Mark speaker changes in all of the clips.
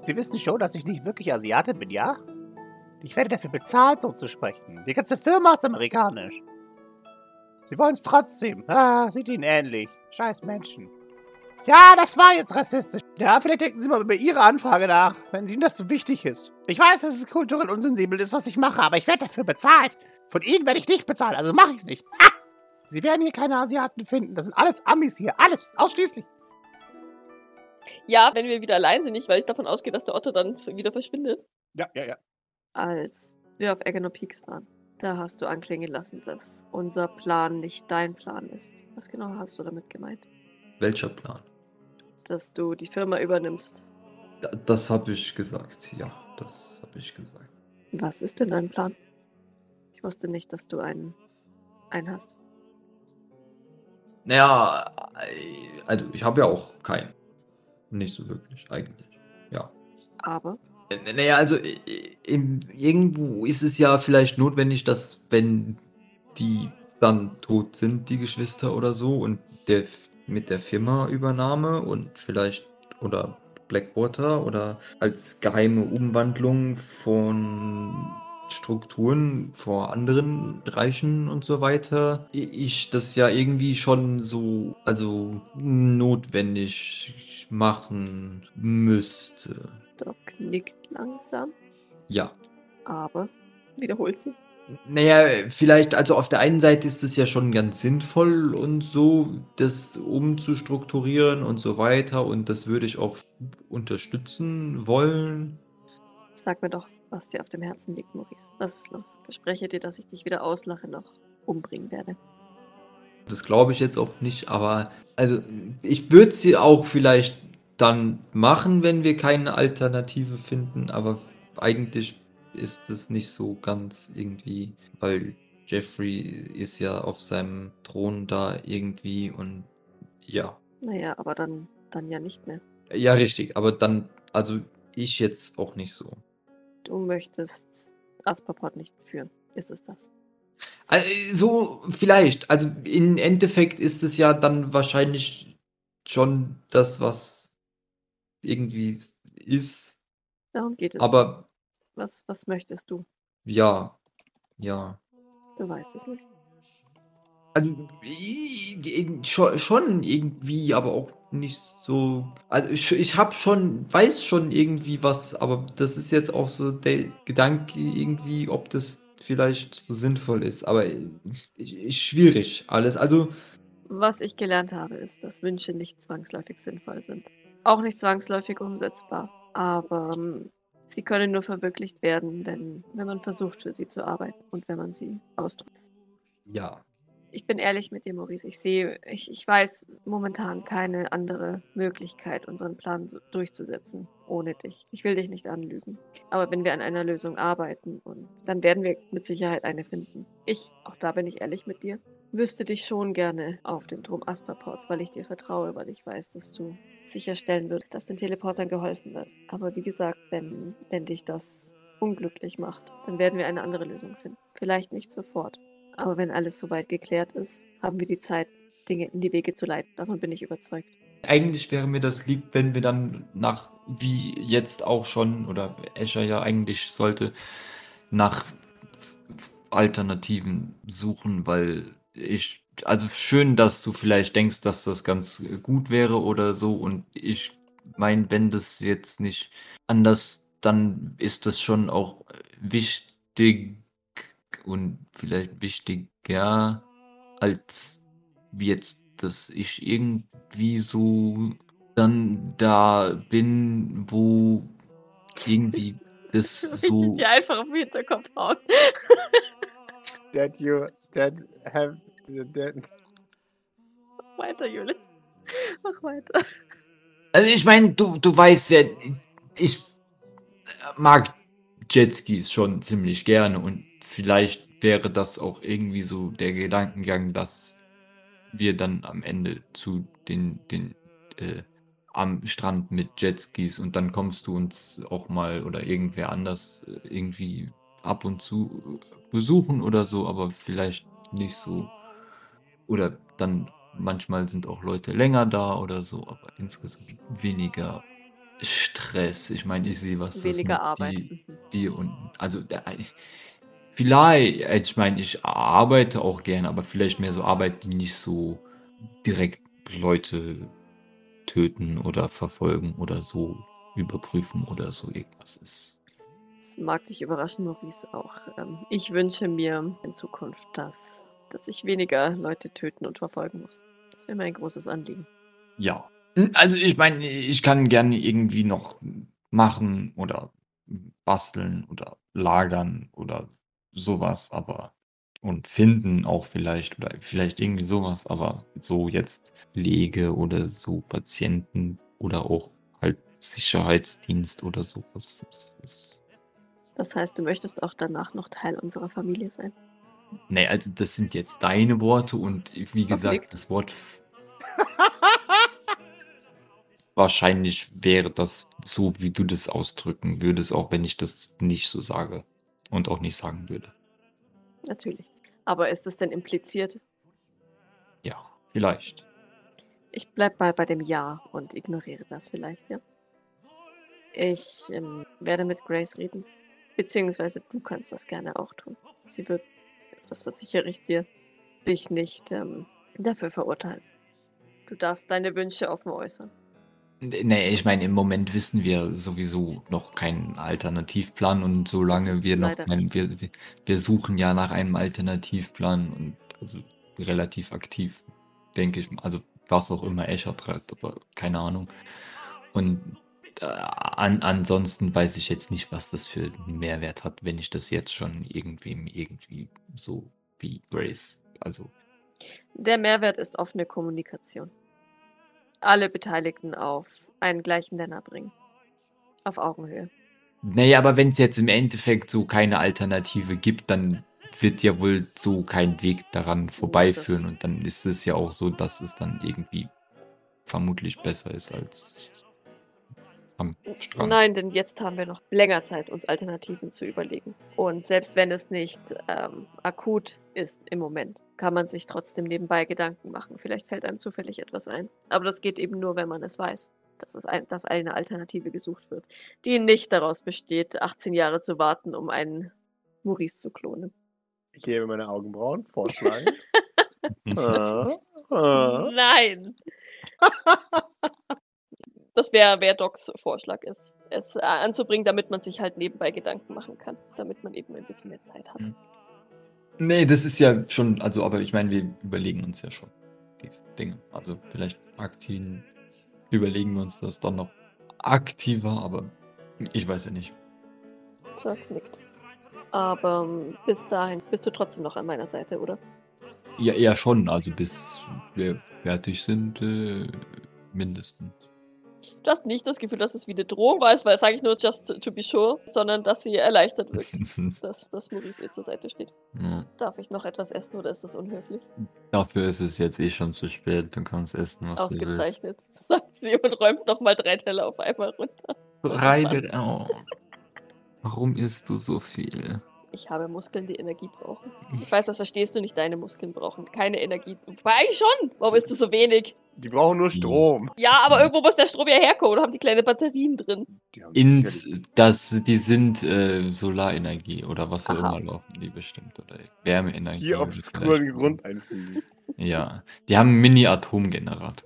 Speaker 1: Sie wissen schon, dass ich nicht wirklich Asiate bin, ja? Ich werde dafür bezahlt, so zu sprechen. Die ganze Firma ist amerikanisch. Sie wollen es trotzdem. Ah, sieht Ihnen ähnlich. Scheiß Menschen. Ja, das war jetzt rassistisch. Ja, vielleicht denken Sie mal über Ihre Anfrage nach, wenn Ihnen das so wichtig ist. Ich weiß, dass es kulturell unsensibel ist, was ich mache, aber ich werde dafür bezahlt. Von Ihnen werde ich nicht bezahlt, also mache ich es nicht. Ha! Sie werden hier keine Asiaten finden. Das sind alles Amis hier. Alles. Ausschließlich.
Speaker 2: Ja, wenn wir wieder allein sind, nicht, weil ich davon ausgehe, dass der Otto dann wieder verschwindet.
Speaker 1: Ja.
Speaker 2: Als wir auf Eggenor Peaks waren, da hast du anklingen lassen, dass unser Plan nicht dein Plan ist. Was genau hast du damit gemeint?
Speaker 3: Welcher Plan?
Speaker 2: Dass du die Firma übernimmst.
Speaker 3: Das habe ich gesagt, ja, das habe ich gesagt.
Speaker 2: Was ist denn dein Plan? Ich wusste nicht, dass du einen hast.
Speaker 3: Naja, also ich habe ja auch keinen. Nicht so wirklich, eigentlich. Ja.
Speaker 2: Aber?
Speaker 3: Naja, also irgendwo ist es ja vielleicht notwendig, dass, wenn die dann tot sind, die Geschwister oder so, und mit der Firma-Übernahme und vielleicht oder Blackwater oder als geheime Umwandlung von Strukturen vor anderen Reichen und so weiter, ich das ja irgendwie schon so, also notwendig machen müsste.
Speaker 2: Doc nickt langsam.
Speaker 3: Ja.
Speaker 2: Aber, wiederholt sie.
Speaker 3: Naja, vielleicht, also auf der einen Seite ist es ja schon ganz sinnvoll und so, das umzustrukturieren und so weiter, und das würde ich auch unterstützen wollen.
Speaker 2: Sag mir doch, was dir auf dem Herzen liegt, Maurice. Was ist los? Verspreche dir, dass ich dich weder auslache noch umbringen werde.
Speaker 3: Das glaube ich jetzt auch nicht, aber also ich würde sie auch vielleicht dann machen, wenn wir keine Alternative finden, aber eigentlich ist es nicht so ganz irgendwie, weil Jeffrey ist ja auf seinem Thron da irgendwie und ja.
Speaker 2: Naja, aber dann ja nicht mehr.
Speaker 3: Ja, richtig, aber dann, also ich jetzt auch nicht so.
Speaker 2: Du möchtest Asperport nicht führen. Ist es das?
Speaker 3: Also, so vielleicht. Also im Endeffekt ist es ja dann wahrscheinlich schon das, was irgendwie ist.
Speaker 2: Darum geht es
Speaker 3: Aber
Speaker 2: nicht. Was möchtest du?
Speaker 3: ja.
Speaker 2: Du weißt es nicht.
Speaker 3: Also schon irgendwie, aber auch nicht so. Also ich weiß schon irgendwie was, aber das ist jetzt auch so der Gedanke irgendwie, ob das vielleicht so sinnvoll ist. Aber schwierig alles. Also
Speaker 2: Was ich gelernt habe, ist, dass Wünsche nicht zwangsläufig sinnvoll sind. Auch nicht zwangsläufig umsetzbar. Aber sie können nur verwirklicht werden, wenn man versucht, für sie zu arbeiten und wenn man sie ausdrückt.
Speaker 3: ja.
Speaker 2: Ich bin ehrlich mit dir, Maurice. Ich weiß momentan keine andere Möglichkeit, unseren Plan durchzusetzen, ohne dich. Ich will dich nicht anlügen. Aber wenn wir an einer Lösung arbeiten, und dann werden wir mit Sicherheit eine finden. Auch da bin ich ehrlich mit dir, wüsste dich schon gerne auf dem Turm Asperports, weil ich dir vertraue, weil ich weiß, dass du sicherstellen wirst, dass den Teleportern geholfen wird. Aber wie gesagt, wenn dich das unglücklich macht, dann werden wir eine andere Lösung finden. Vielleicht nicht sofort. Aber wenn alles soweit geklärt ist, haben wir die Zeit, Dinge in die Wege zu leiten. Davon bin ich überzeugt.
Speaker 3: Eigentlich wäre mir das lieb, wenn wir dann wie jetzt auch schon, oder Escher ja eigentlich sollte, nach Alternativen suchen, weil also schön, dass du vielleicht denkst, dass das ganz gut wäre oder so, und ich meine, wenn das jetzt nicht anders, dann ist das schon auch wichtig und vielleicht wichtiger, als jetzt, dass ich irgendwie so dann da bin, wo irgendwie das
Speaker 2: Ich will
Speaker 3: so.
Speaker 2: dir einfach auf den Hinterkopf hauen.
Speaker 1: Mach
Speaker 2: Weiter, Jule. Mach weiter.
Speaker 3: Also ich meine, du weißt ja, ich mag Jetskis schon ziemlich gerne, und vielleicht wäre das auch irgendwie so der Gedankengang, dass wir dann am Ende zu den am Strand mit Jetskis, und dann kommst du uns auch mal oder irgendwer anders irgendwie ab und zu besuchen oder so, aber vielleicht nicht so. Oder dann manchmal sind auch Leute länger da oder so, aber insgesamt weniger Stress. Ich meine, ich sehe, was das
Speaker 2: Weniger
Speaker 3: mit
Speaker 2: Arbeit.
Speaker 3: dir und also vielleicht, ich meine, ich arbeite auch gerne, aber vielleicht mehr so Arbeit, die nicht so direkt Leute töten oder verfolgen oder so überprüfen oder so irgendwas ist.
Speaker 2: Das mag dich überraschen, Maurice, auch. Ich wünsche mir in Zukunft, dass ich weniger Leute töten und verfolgen muss. Das wäre mein großes Anliegen.
Speaker 3: Ja. Also ich meine, ich kann gerne irgendwie noch machen oder basteln oder lagern oder sowas, aber und finden auch vielleicht oder vielleicht irgendwie sowas, aber so jetzt Pflege oder so Patienten oder auch halt Sicherheitsdienst oder sowas.
Speaker 2: Das heißt, du möchtest auch danach noch Teil unserer Familie sein.
Speaker 3: Nee, also das sind jetzt deine Worte und wie
Speaker 2: Doc
Speaker 3: gesagt,
Speaker 2: nickt.
Speaker 3: das Wort wahrscheinlich wäre das so, wie du das ausdrücken würdest, auch wenn ich das nicht so sage und auch nicht sagen würde.
Speaker 2: Natürlich. Aber ist es denn impliziert?
Speaker 3: Ja, vielleicht.
Speaker 2: Ich bleib mal bei dem Ja und ignoriere das vielleicht, ja? Ich werde mit Grace reden. Beziehungsweise du kannst das gerne auch tun. Sie wird, das versichere ich dir, dich nicht dafür verurteilen. Du darfst deine Wünsche offen äußern.
Speaker 3: Nee, ich meine, im Moment wissen wir sowieso noch keinen Alternativplan und
Speaker 2: Das
Speaker 3: solange
Speaker 2: ist
Speaker 3: wir noch
Speaker 2: leider
Speaker 3: keinen,
Speaker 2: richtig.
Speaker 3: wir suchen ja nach einem Alternativplan und also relativ aktiv, denke ich, also was auch immer Escher treibt, aber keine Ahnung. Und ansonsten weiß ich jetzt nicht, was das für einen Mehrwert hat, wenn ich das jetzt schon irgendwie so wie Grace, also
Speaker 2: Der Mehrwert ist offene Kommunikation. Alle Beteiligten auf einen gleichen Nenner bringen. Auf Augenhöhe.
Speaker 3: naja, aber wenn es jetzt im Endeffekt so keine Alternative gibt, dann wird ja wohl so kein Weg daran vorbeiführen
Speaker 2: das-
Speaker 3: und dann ist es ja auch so, dass es dann irgendwie vermutlich besser ist als am Strand.
Speaker 2: Nein, denn jetzt haben wir noch länger Zeit, uns Alternativen zu überlegen. Und selbst wenn es nicht akut ist im Moment, kann man sich trotzdem nebenbei Gedanken machen. Vielleicht fällt einem zufällig etwas ein. Aber das geht eben nur, wenn man es weiß, dass eine Alternative gesucht wird, die nicht daraus besteht, 18 Jahre zu warten, um einen Maurice zu klonen.
Speaker 4: Ich hebe meine Augenbrauen, vorschlagen.
Speaker 2: Nein! Das wäre wer Docs Vorschlag ist, es anzubringen, damit man sich halt nebenbei Gedanken machen kann, damit man eben ein bisschen mehr Zeit hat.
Speaker 3: Nee, das ist ja schon, also, aber ich meine, wir überlegen uns ja schon die Dinge. Also vielleicht aktiv überlegen wir uns das dann noch aktiver, aber ich weiß ja nicht.
Speaker 2: Chuck nickt. Aber bis dahin bist du trotzdem noch an meiner Seite, oder?
Speaker 3: Ja, eher schon, also bis wir fertig sind, mindestens.
Speaker 2: Du hast nicht das Gefühl, dass es wie eine Drohung war, weil sage ich nur just to be sure, sondern dass sie erleichtert wirkt, dass Maurice ihr zur Seite steht.
Speaker 3: Ja.
Speaker 2: Darf ich noch etwas essen oder ist das unhöflich?
Speaker 3: Dafür ist es jetzt eh schon zu spät. Du kannst essen, was du willst.
Speaker 2: Ausgezeichnet, sagt sie und räumt nochmal 3 Teller auf einmal runter.
Speaker 3: Oh. Warum isst du so viel?
Speaker 2: Ich habe Muskeln, die Energie brauchen. Ich weiß, das verstehst du nicht, deine Muskeln brauchen keine Energie. Wobei eigentlich schon. Warum isst du so wenig?
Speaker 4: Die brauchen nur Strom.
Speaker 2: Ja, aber irgendwo muss der Strom ja herkommen. Oder haben die kleine Batterien drin?
Speaker 4: Die haben
Speaker 3: Die sind Solarenergie oder was auch
Speaker 2: Aha.
Speaker 3: immer laufen die bestimmt. Oder Wärmeenergie.
Speaker 4: hier
Speaker 3: oder
Speaker 4: obskuren
Speaker 3: vielleicht-
Speaker 4: Grund einfügen.
Speaker 3: Ja, die haben einen Mini-Atomgenerator.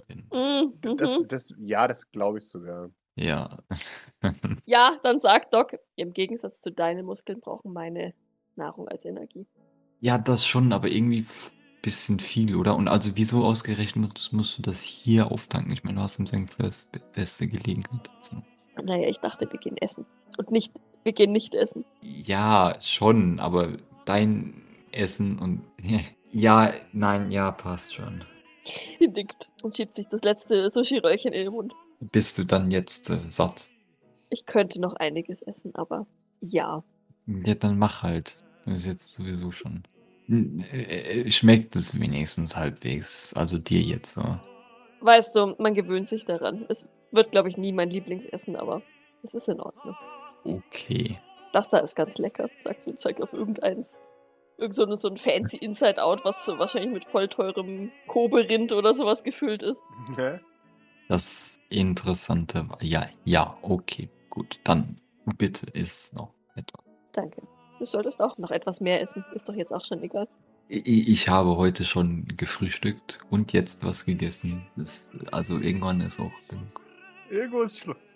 Speaker 4: Das glaube ich sogar.
Speaker 3: Ja.
Speaker 2: Ja, dann sagt Doc, im Gegensatz zu deinen Muskeln brauchen meine Nahrung als Energie.
Speaker 3: Ja, das schon, aber irgendwie bisschen viel, oder? Und also wieso ausgerechnet musst du das hier auftanken? Ich meine, du hast im St. Clairs beste Gelegenheit dazu.
Speaker 2: Naja, ich dachte, wir gehen essen. Und nicht, wir gehen nicht essen.
Speaker 3: Ja, schon, aber dein Essen und ja, nein, ja, passt schon.
Speaker 2: Sie nickt und schiebt sich das letzte Sushi-Röllchen in den Mund.
Speaker 3: Bist du dann jetzt satt?
Speaker 2: Ich könnte noch einiges essen, aber ja.
Speaker 3: Ja, dann mach halt. Das ist jetzt sowieso schon. Schmeckt es wenigstens halbwegs. Also dir jetzt so.
Speaker 2: Weißt du, man gewöhnt sich daran. Es wird, glaube ich, nie mein Lieblingsessen, aber es ist in Ordnung.
Speaker 3: Okay.
Speaker 2: Das da ist ganz lecker, sagt sie und zeigt auf irgendeins. Irgend so ein fancy Inside-Out, was so wahrscheinlich mit voll teurem Kobe-Rind oder sowas gefüllt ist.
Speaker 3: Das Interessante war, ja, okay, gut, dann bitte isst noch etwas.
Speaker 2: Danke. Du solltest auch noch etwas mehr essen. Ist doch jetzt auch schon egal.
Speaker 3: Ich habe heute schon gefrühstückt und jetzt was gegessen. Also irgendwann ist auch genug.
Speaker 4: Irgendwo ist Schluss.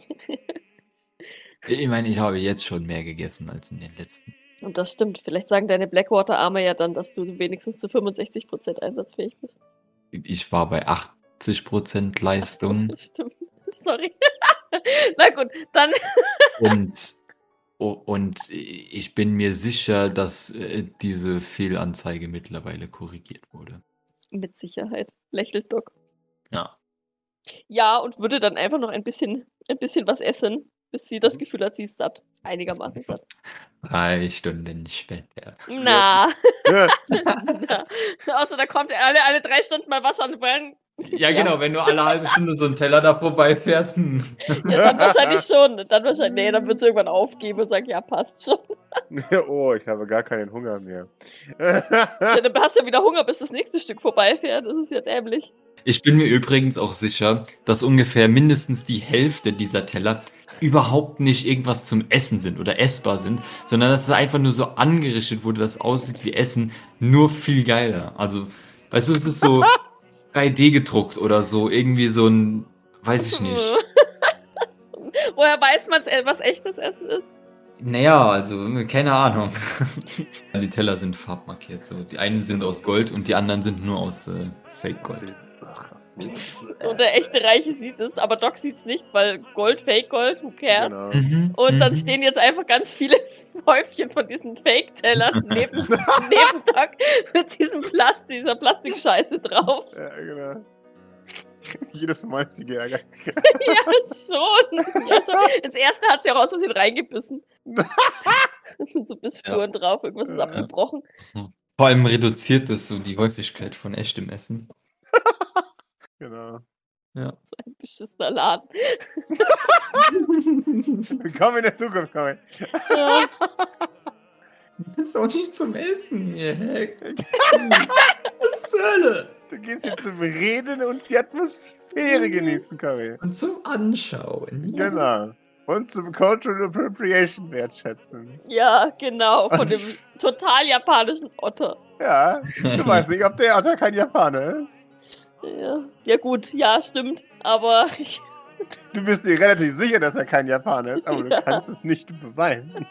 Speaker 3: Ich meine, ich habe jetzt schon mehr gegessen als in den letzten.
Speaker 2: Und das stimmt. Vielleicht sagen deine Blackwater-Arme ja dann, dass du wenigstens zu 65% einsatzfähig bist.
Speaker 3: Ich war bei 80% Leistung
Speaker 2: Stimmt. Sorry. Na gut, dann.
Speaker 3: und ich bin mir sicher, dass diese Fehlanzeige mittlerweile korrigiert wurde.
Speaker 2: Mit Sicherheit. Lächelt Doc.
Speaker 3: Ja.
Speaker 2: Ja, und würde dann einfach noch ein bisschen was essen, bis sie das Gefühl hat, sie ist satt. Einigermaßen satt.
Speaker 3: 3 Stunden später.
Speaker 2: Na.
Speaker 4: Ja.
Speaker 2: Na. Außer da kommt alle 3 Stunden mal was an den Beinen.
Speaker 3: Ja, genau, wenn nur alle halbe Stunde so ein Teller da vorbeifährt.
Speaker 2: Ja, dann wahrscheinlich schon. Nee, dann wird sie irgendwann aufgeben und sagen, ja, passt schon.
Speaker 4: Oh, ich habe gar keinen Hunger mehr.
Speaker 2: Ja, dann hast du ja wieder Hunger, bis das nächste Stück vorbeifährt. Das ist ja dämlich.
Speaker 3: Ich bin mir übrigens auch sicher, dass ungefähr mindestens die Hälfte dieser Teller überhaupt nicht irgendwas zum Essen sind oder essbar sind, sondern dass es einfach nur so angerichtet wurde, dass es aussieht wie Essen, nur viel geiler. Also, weißt du, es ist so 3D gedruckt oder so, irgendwie so ein, weiß ich nicht.
Speaker 2: Woher weiß man, was echtes Essen ist?
Speaker 3: Naja, also, keine Ahnung. Die Teller sind farbmarkiert, so. Die einen sind aus Gold und die anderen sind nur aus Fake-Gold.
Speaker 4: Ach,
Speaker 2: Und der echte Reiche sieht es, aber Doc sieht es nicht, weil Gold, Fake Gold, who cares?
Speaker 4: Genau.
Speaker 2: Und dann stehen jetzt einfach ganz viele Häufchen von diesen Fake-Tellern neben Doc mit dieser Plastikscheiße drauf.
Speaker 4: Ja, genau. Jedes Mal ist sie geärgert.
Speaker 2: Ja, schon. Ins erste hat sie auch aus Versehen reingebissen. Da sind so Bissspuren drauf, irgendwas ist abgebrochen.
Speaker 3: Vor allem reduziert das so die Häufigkeit von echtem Essen.
Speaker 4: Genau.
Speaker 3: Ja.
Speaker 2: So ein beschissener Laden.
Speaker 4: Komm in der Zukunft, komm.
Speaker 2: Ja.
Speaker 3: Das ist auch nicht zum Essen, ihr Heck. Was zur Hölle?
Speaker 4: Du gehst jetzt zum Reden und die Atmosphäre genießen, Cory.
Speaker 3: Und zum Anschauen.
Speaker 4: Genau. Und zum Cultural Appropriation wertschätzen.
Speaker 2: Ja, genau, von dem total japanischen Otter.
Speaker 4: Ja, du weißt nicht, ob der Otter kein Japaner ist.
Speaker 2: Ja gut, ja, stimmt. Aber
Speaker 4: Du bist dir relativ sicher, dass er kein Japaner ist, aber
Speaker 2: Ja.
Speaker 4: du kannst es nicht beweisen.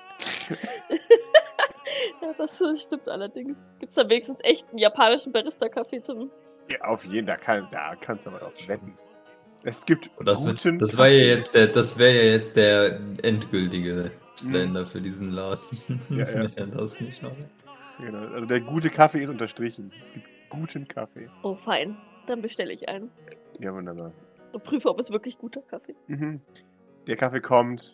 Speaker 2: ja, das stimmt allerdings. Gibt es da wenigstens echt einen japanischen Barista-Kaffee zum...
Speaker 4: Ja, auf jeden Fall, da kannst du aber doch wetten. Es gibt
Speaker 3: Das
Speaker 4: guten
Speaker 3: wäre
Speaker 4: Kaffee.
Speaker 3: ja jetzt der endgültige Slender für diesen Laden.
Speaker 4: Ja.
Speaker 3: Wenn er das nicht macht.
Speaker 4: Genau, also der gute Kaffee ist unterstrichen. Es gibt guten Kaffee.
Speaker 2: Oh, fein. Dann bestelle ich einen.
Speaker 4: Ja, wunderbar.
Speaker 2: Und prüfe, ob es wirklich guter Kaffee ist.
Speaker 4: Mhm. Der Kaffee kommt.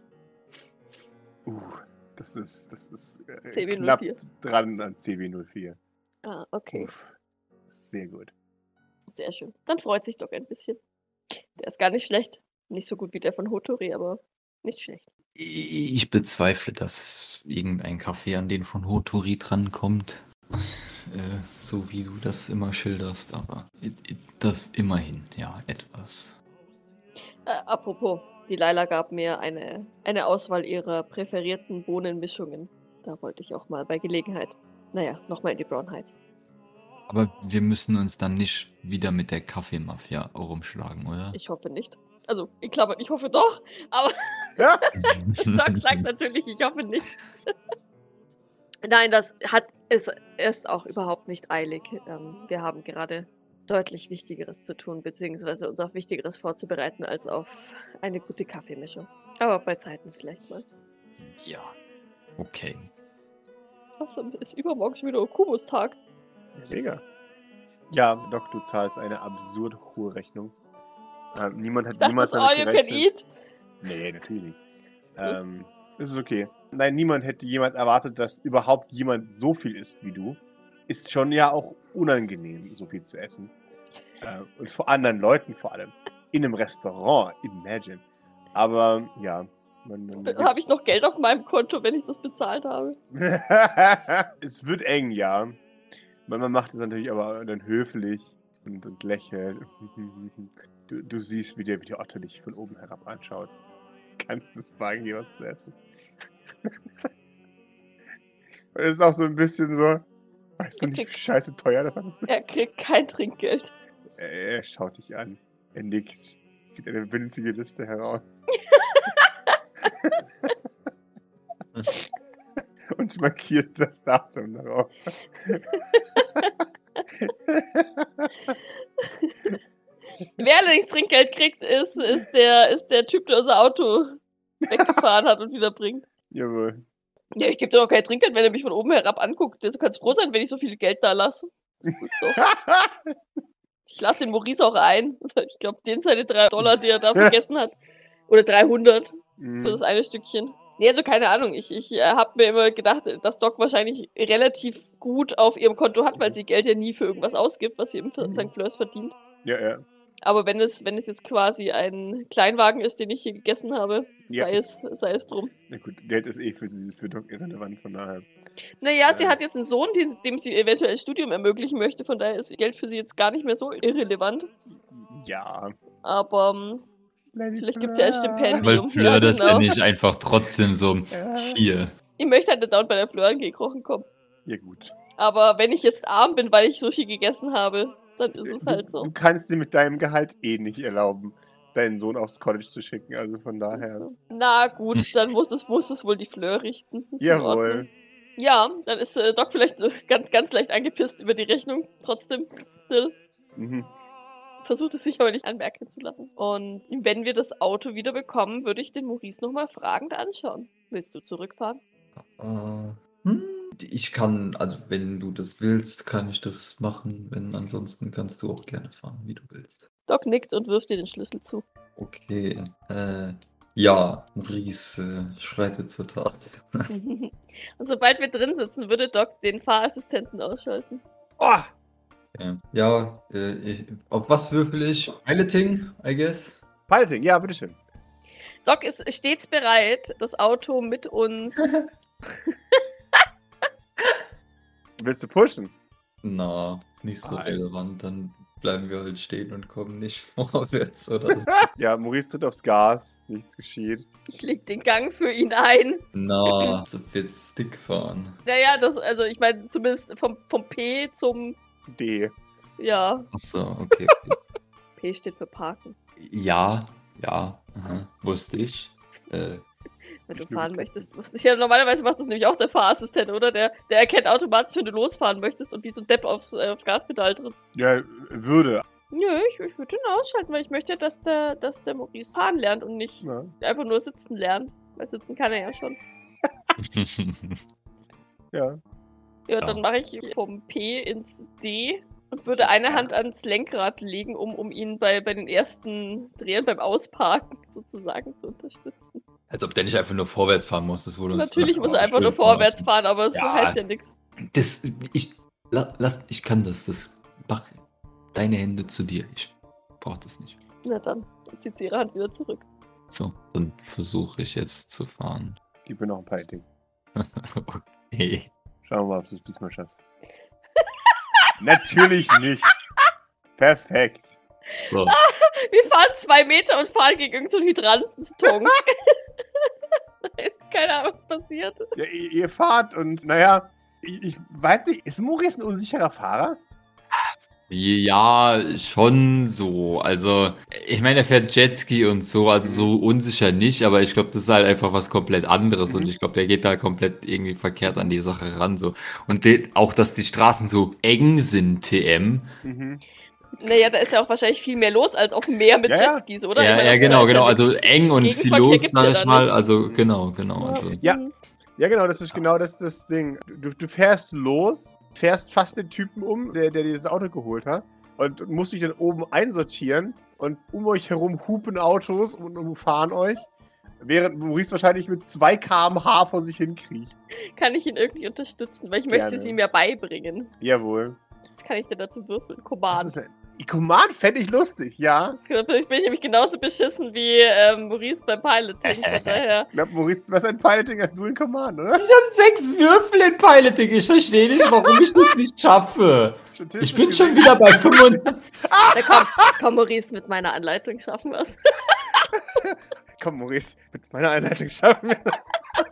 Speaker 4: Das ist
Speaker 2: CW04.
Speaker 4: knapp dran an CW04.
Speaker 2: Ah, okay.
Speaker 4: Sehr gut.
Speaker 2: Sehr schön. Dann freut sich Doc ein bisschen. Der ist gar nicht schlecht. Nicht so gut wie der von Hotori, aber nicht schlecht.
Speaker 3: Ich bezweifle, dass irgendein Kaffee an den von Hotori drankommt. So wie du das immer schilderst, aber das immerhin, ja, etwas.
Speaker 2: Apropos, die Laila gab mir eine Auswahl ihrer präferierten Bohnenmischungen. Da wollte ich auch mal bei Gelegenheit, nochmal in die Brown Heights.
Speaker 3: Aber wir müssen uns dann nicht wieder mit der Kaffeemafia rumschlagen, oder?
Speaker 2: Ich hoffe nicht. Also, in Klammern, ich hoffe doch, aber
Speaker 4: Ja,
Speaker 2: Doc sagt natürlich, ich hoffe nicht. Nein, es ist auch überhaupt nicht eilig. Wir haben gerade deutlich Wichtigeres zu tun, beziehungsweise uns auf Wichtigeres vorzubereiten, als auf eine gute Kaffeemischung. Aber bei Zeiten vielleicht mal.
Speaker 3: Ja, okay.
Speaker 2: Außerdem ist übermorgen schon wieder Okubus-Tag.
Speaker 4: mega. Ja, Doc, du zahlst eine absurd hohe Rechnung. Niemand hat
Speaker 2: Ich dachte,
Speaker 4: niemals
Speaker 2: das all you can eat.
Speaker 4: Nee, natürlich nicht.
Speaker 2: So.
Speaker 4: Es ist okay. Nein, niemand hätte jemals erwartet, dass überhaupt jemand so viel isst wie du. Ist schon ja auch unangenehm, so viel zu essen. Und vor anderen Leuten vor allem. In einem Restaurant, imagine. Aber ja.
Speaker 2: Habe ich noch Geld auf meinem Konto, wenn ich das bezahlt habe?
Speaker 4: Es wird eng, ja. Man macht es natürlich aber dann höflich. und lächelt. Du siehst, wie der Otto dich von oben herab anschaut. Kannst du es wagen, hier was zu essen? Und es ist auch so ein bisschen so, weißt du nicht, wie scheiße teuer das alles ist?
Speaker 2: Er kriegt kein Trinkgeld.
Speaker 4: Er schaut dich an. Er nickt, zieht eine winzige Liste heraus. Und markiert das Datum darauf.
Speaker 2: Wer allerdings Trinkgeld kriegt, ist der Typ, der unser Auto weggefahren hat und wieder bringt.
Speaker 4: Jawohl.
Speaker 2: Ja, ich gebe dir doch kein Trinkgeld, wenn er mich von oben herab anguckt. Du kannst froh sein, wenn ich so viel Geld da lasse. Das ist so. Ich lade den Maurice auch ein. Ich glaube, den seine $3, die er da vergessen hat. Oder 300 für das eine Stückchen. Nee, also keine Ahnung. Ich habe mir immer gedacht, dass Doc wahrscheinlich relativ gut auf ihrem Konto hat, weil sie Geld ja nie für irgendwas ausgibt, was sie im St. Fleurs verdient.
Speaker 4: Ja.
Speaker 2: Aber wenn es jetzt quasi ein Kleinwagen ist, den ich hier gegessen habe,
Speaker 4: Ja.
Speaker 2: sei es drum.
Speaker 4: Na gut, Geld ist für Doc irrelevant, von daher.
Speaker 2: Naja, sie hat jetzt einen Sohn, dem sie eventuell ein Studium ermöglichen möchte, von daher ist Geld für sie jetzt gar nicht mehr so irrelevant.
Speaker 4: Ja.
Speaker 2: Aber vielleicht gibt es ja ein Stipendium.
Speaker 3: Weil Fleur das ja nicht einfach trotzdem so hier.
Speaker 2: Ich möchte halt nicht dauernd bei der Fleur angekrochen kommen.
Speaker 4: Ja gut.
Speaker 2: Aber wenn ich jetzt arm bin, weil ich Sushi gegessen habe, dann ist es halt so.
Speaker 4: Du kannst dir mit deinem Gehalt nicht erlauben, deinen Sohn aufs College zu schicken, also von daher.
Speaker 2: Also, na gut, dann muss es wohl die Fleur richten. Ist in
Speaker 4: Jawohl.
Speaker 2: Ordnung. Ja, dann ist Doc vielleicht so ganz, ganz leicht angepisst über die Rechnung. Trotzdem, still.
Speaker 4: Mhm.
Speaker 2: Versucht es sich aber nicht anmerken zu lassen. Und wenn wir das Auto wieder bekommen, würde ich den Maurice nochmal fragend anschauen. Willst du zurückfahren?
Speaker 3: Ich kann, also wenn du das willst, kann ich das machen. Wenn ansonsten kannst du auch gerne fahren, wie du willst.
Speaker 2: Doc nickt und wirft dir den Schlüssel zu.
Speaker 3: Okay, ja, Maurice schreitet zur Tat.
Speaker 2: Und sobald wir drin sitzen, würde Doc den Fahrassistenten ausschalten.
Speaker 4: Oh!
Speaker 3: Ja, auf was würfel ich? Piloting, I guess.
Speaker 4: Piloting, ja, bitteschön.
Speaker 2: Doc ist stets bereit, das Auto mit uns...
Speaker 4: Willst du pushen?
Speaker 3: Na, nicht so
Speaker 4: Nein.
Speaker 3: relevant. Dann bleiben wir halt stehen und kommen nicht vorwärts oder so.
Speaker 4: Ja, Maurice tritt aufs Gas, nichts geschieht.
Speaker 2: Ich leg den Gang für ihn ein.
Speaker 3: Na, so jetzt Stick fahren.
Speaker 2: Naja, also ich meine zumindest vom P zum...
Speaker 4: D.
Speaker 2: Ja,
Speaker 3: Achso, okay.
Speaker 2: P steht für Parken.
Speaker 3: Ja, wusste ich.
Speaker 2: Wenn du fahren möchtest, wusste ich ja, normalerweise macht das nämlich auch der Fahrassistent, oder? Der erkennt automatisch, wenn du losfahren möchtest und wie so ein Depp aufs Gaspedal trittst.
Speaker 4: Ja, würde.
Speaker 2: Nö, ich würde den ausschalten, weil ich möchte, dass der Maurice fahren lernt und nicht
Speaker 4: Ja.
Speaker 2: einfach nur sitzen lernt. Weil sitzen kann er ja schon.
Speaker 4: Ja.
Speaker 2: Ja, dann mache ich vom P ins D und würde eine Hand ans Lenkrad legen, um ihn bei den ersten Drehern beim Ausparken sozusagen zu unterstützen.
Speaker 3: Als ob der nicht einfach nur vorwärts fahren muss. Das wurde
Speaker 2: Natürlich muss er einfach nur vorwärts fahren, aber es heißt ja nichts.
Speaker 3: Ich kann das. Mach deine Hände zu dir. Ich brauch das nicht.
Speaker 2: Na dann zieht sie ihre Hand wieder zurück.
Speaker 3: So, dann versuche ich jetzt zu fahren.
Speaker 4: Gib mir noch ein Piloting.
Speaker 3: Okay.
Speaker 4: Schauen wir mal, ob du es diesmal schaffst. Natürlich nicht. Perfekt.
Speaker 3: So.
Speaker 2: Wir fahren 2 Meter und fahren gegen irgendeinen so Hydrantenton. Keine Ahnung, was passiert.
Speaker 4: Ja, ihr fahrt und naja, ich weiß nicht, ist Maurice ein unsicherer Fahrer?
Speaker 3: Ja, schon so. Also, ich meine, er fährt Jetski und so, also so unsicher nicht, aber ich glaube, das ist halt einfach was komplett anderes und ich glaube, der geht da komplett irgendwie verkehrt an die Sache ran. So. Und auch, dass die Straßen so eng sind, TM.
Speaker 4: Mhm.
Speaker 2: Naja, da ist ja auch wahrscheinlich viel mehr los als auf dem Meer mit
Speaker 4: Ja,
Speaker 2: Jetskis, oder?
Speaker 3: Ja,
Speaker 2: Ich meine,
Speaker 3: ja,
Speaker 2: da
Speaker 3: genau,
Speaker 2: ist ja
Speaker 3: Also
Speaker 2: nichts-
Speaker 3: eng und viel
Speaker 2: Gegenverkehr
Speaker 3: los,
Speaker 2: gibt's
Speaker 3: sag
Speaker 2: ja
Speaker 3: ich
Speaker 2: da
Speaker 3: mal.
Speaker 2: nicht.
Speaker 3: Also, genau. Also.
Speaker 4: Ja. Ja, genau, das ist genau das Ding. Du fährst los, fährst fast den Typen um, der dieses Auto geholt hat und musst dich dann oben einsortieren und um euch herum hupen Autos und umfahren euch, während Maurice wahrscheinlich mit 2 km/h vor sich hinkriecht.
Speaker 2: Kann ich ihn irgendwie unterstützen, weil ich möchte
Speaker 4: Gerne.
Speaker 2: es ihm ja beibringen.
Speaker 4: Jawohl.
Speaker 2: Was kann ich denn dazu würfeln?
Speaker 4: Das
Speaker 2: Command.
Speaker 4: ist Command fände ich lustig, ja.
Speaker 2: Ich bin nämlich genauso beschissen wie Maurice beim Piloting. Von daher.
Speaker 4: Ich glaube, Maurice ist besser in Piloting als du in Command, oder?
Speaker 3: Ich habe 6 Würfel in Piloting. Ich verstehe nicht, warum ich das nicht schaffe. Ich bin schon wieder bei 25.
Speaker 2: Komm, Maurice, mit meiner Anleitung schaffen wir es.
Speaker 4: Komm, Maurice, mit meiner Einleitung schaffen wir das.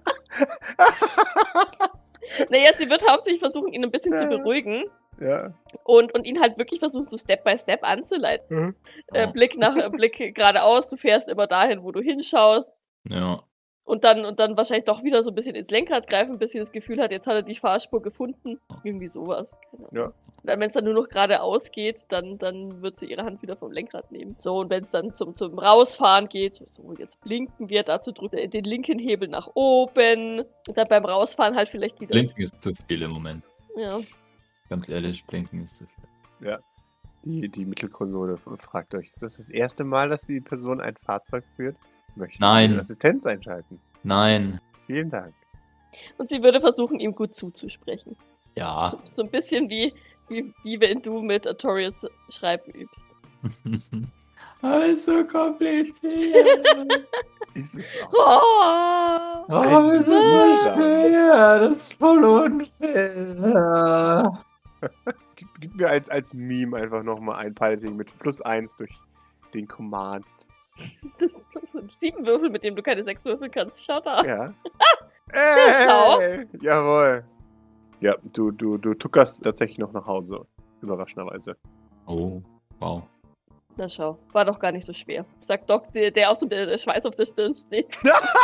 Speaker 2: Naja, sie wird hauptsächlich versuchen, ihn ein bisschen zu beruhigen.
Speaker 4: Ja.
Speaker 2: Und ihn halt wirklich versuchen, so Step by Step anzuleiten. Blick geradeaus, du fährst immer dahin, wo du hinschaust.
Speaker 3: Ja.
Speaker 2: Und dann wahrscheinlich doch wieder so ein bisschen ins Lenkrad greifen, bis sie das Gefühl hat, jetzt hat er die Fahrspur gefunden. Irgendwie sowas. Keine Ahnung.
Speaker 4: Ja.
Speaker 2: Und dann, wenn es dann nur noch geradeaus geht, dann wird sie ihre Hand wieder vom Lenkrad nehmen. So, und wenn es dann zum Rausfahren geht, so, jetzt blinken wir, dazu drückt er den linken Hebel nach oben. Und dann beim Rausfahren halt vielleicht wieder.
Speaker 3: Blinken ist zu viel im Moment.
Speaker 2: Ja.
Speaker 3: Ganz ehrlich, Blinken ist zu viel.
Speaker 4: Ja. Die Mittelkonsole fragt euch, ist das das erste Mal, dass die Person ein Fahrzeug führt? Möchten
Speaker 3: Nein.
Speaker 4: Sie den Assistenz einschalten?
Speaker 3: Nein.
Speaker 4: Vielen Dank.
Speaker 2: Und sie würde versuchen, ihm gut zuzusprechen.
Speaker 3: Ja.
Speaker 2: So ein bisschen wie wenn du mit Artorias Schreiben übst.
Speaker 3: Alles so kompliziert.
Speaker 4: Ist es auch.
Speaker 2: Oh,
Speaker 3: Oh, das ist so schwer. Das ist voll unfair.
Speaker 4: Gib mir als Meme einfach nochmal ein Piloting mit +1 durch den Command.
Speaker 2: das sind 7 Würfel, mit denen du keine 6 Würfel kannst. Schau da.
Speaker 4: Ja.
Speaker 2: Schau.
Speaker 4: Jawohl. Ja, du tuckerst tatsächlich noch nach Hause. Überraschenderweise.
Speaker 3: Oh, wow.
Speaker 2: Na schau, war doch gar nicht so schwer. Sagt Doc, der auch so der Schweiß auf der Stirn steht.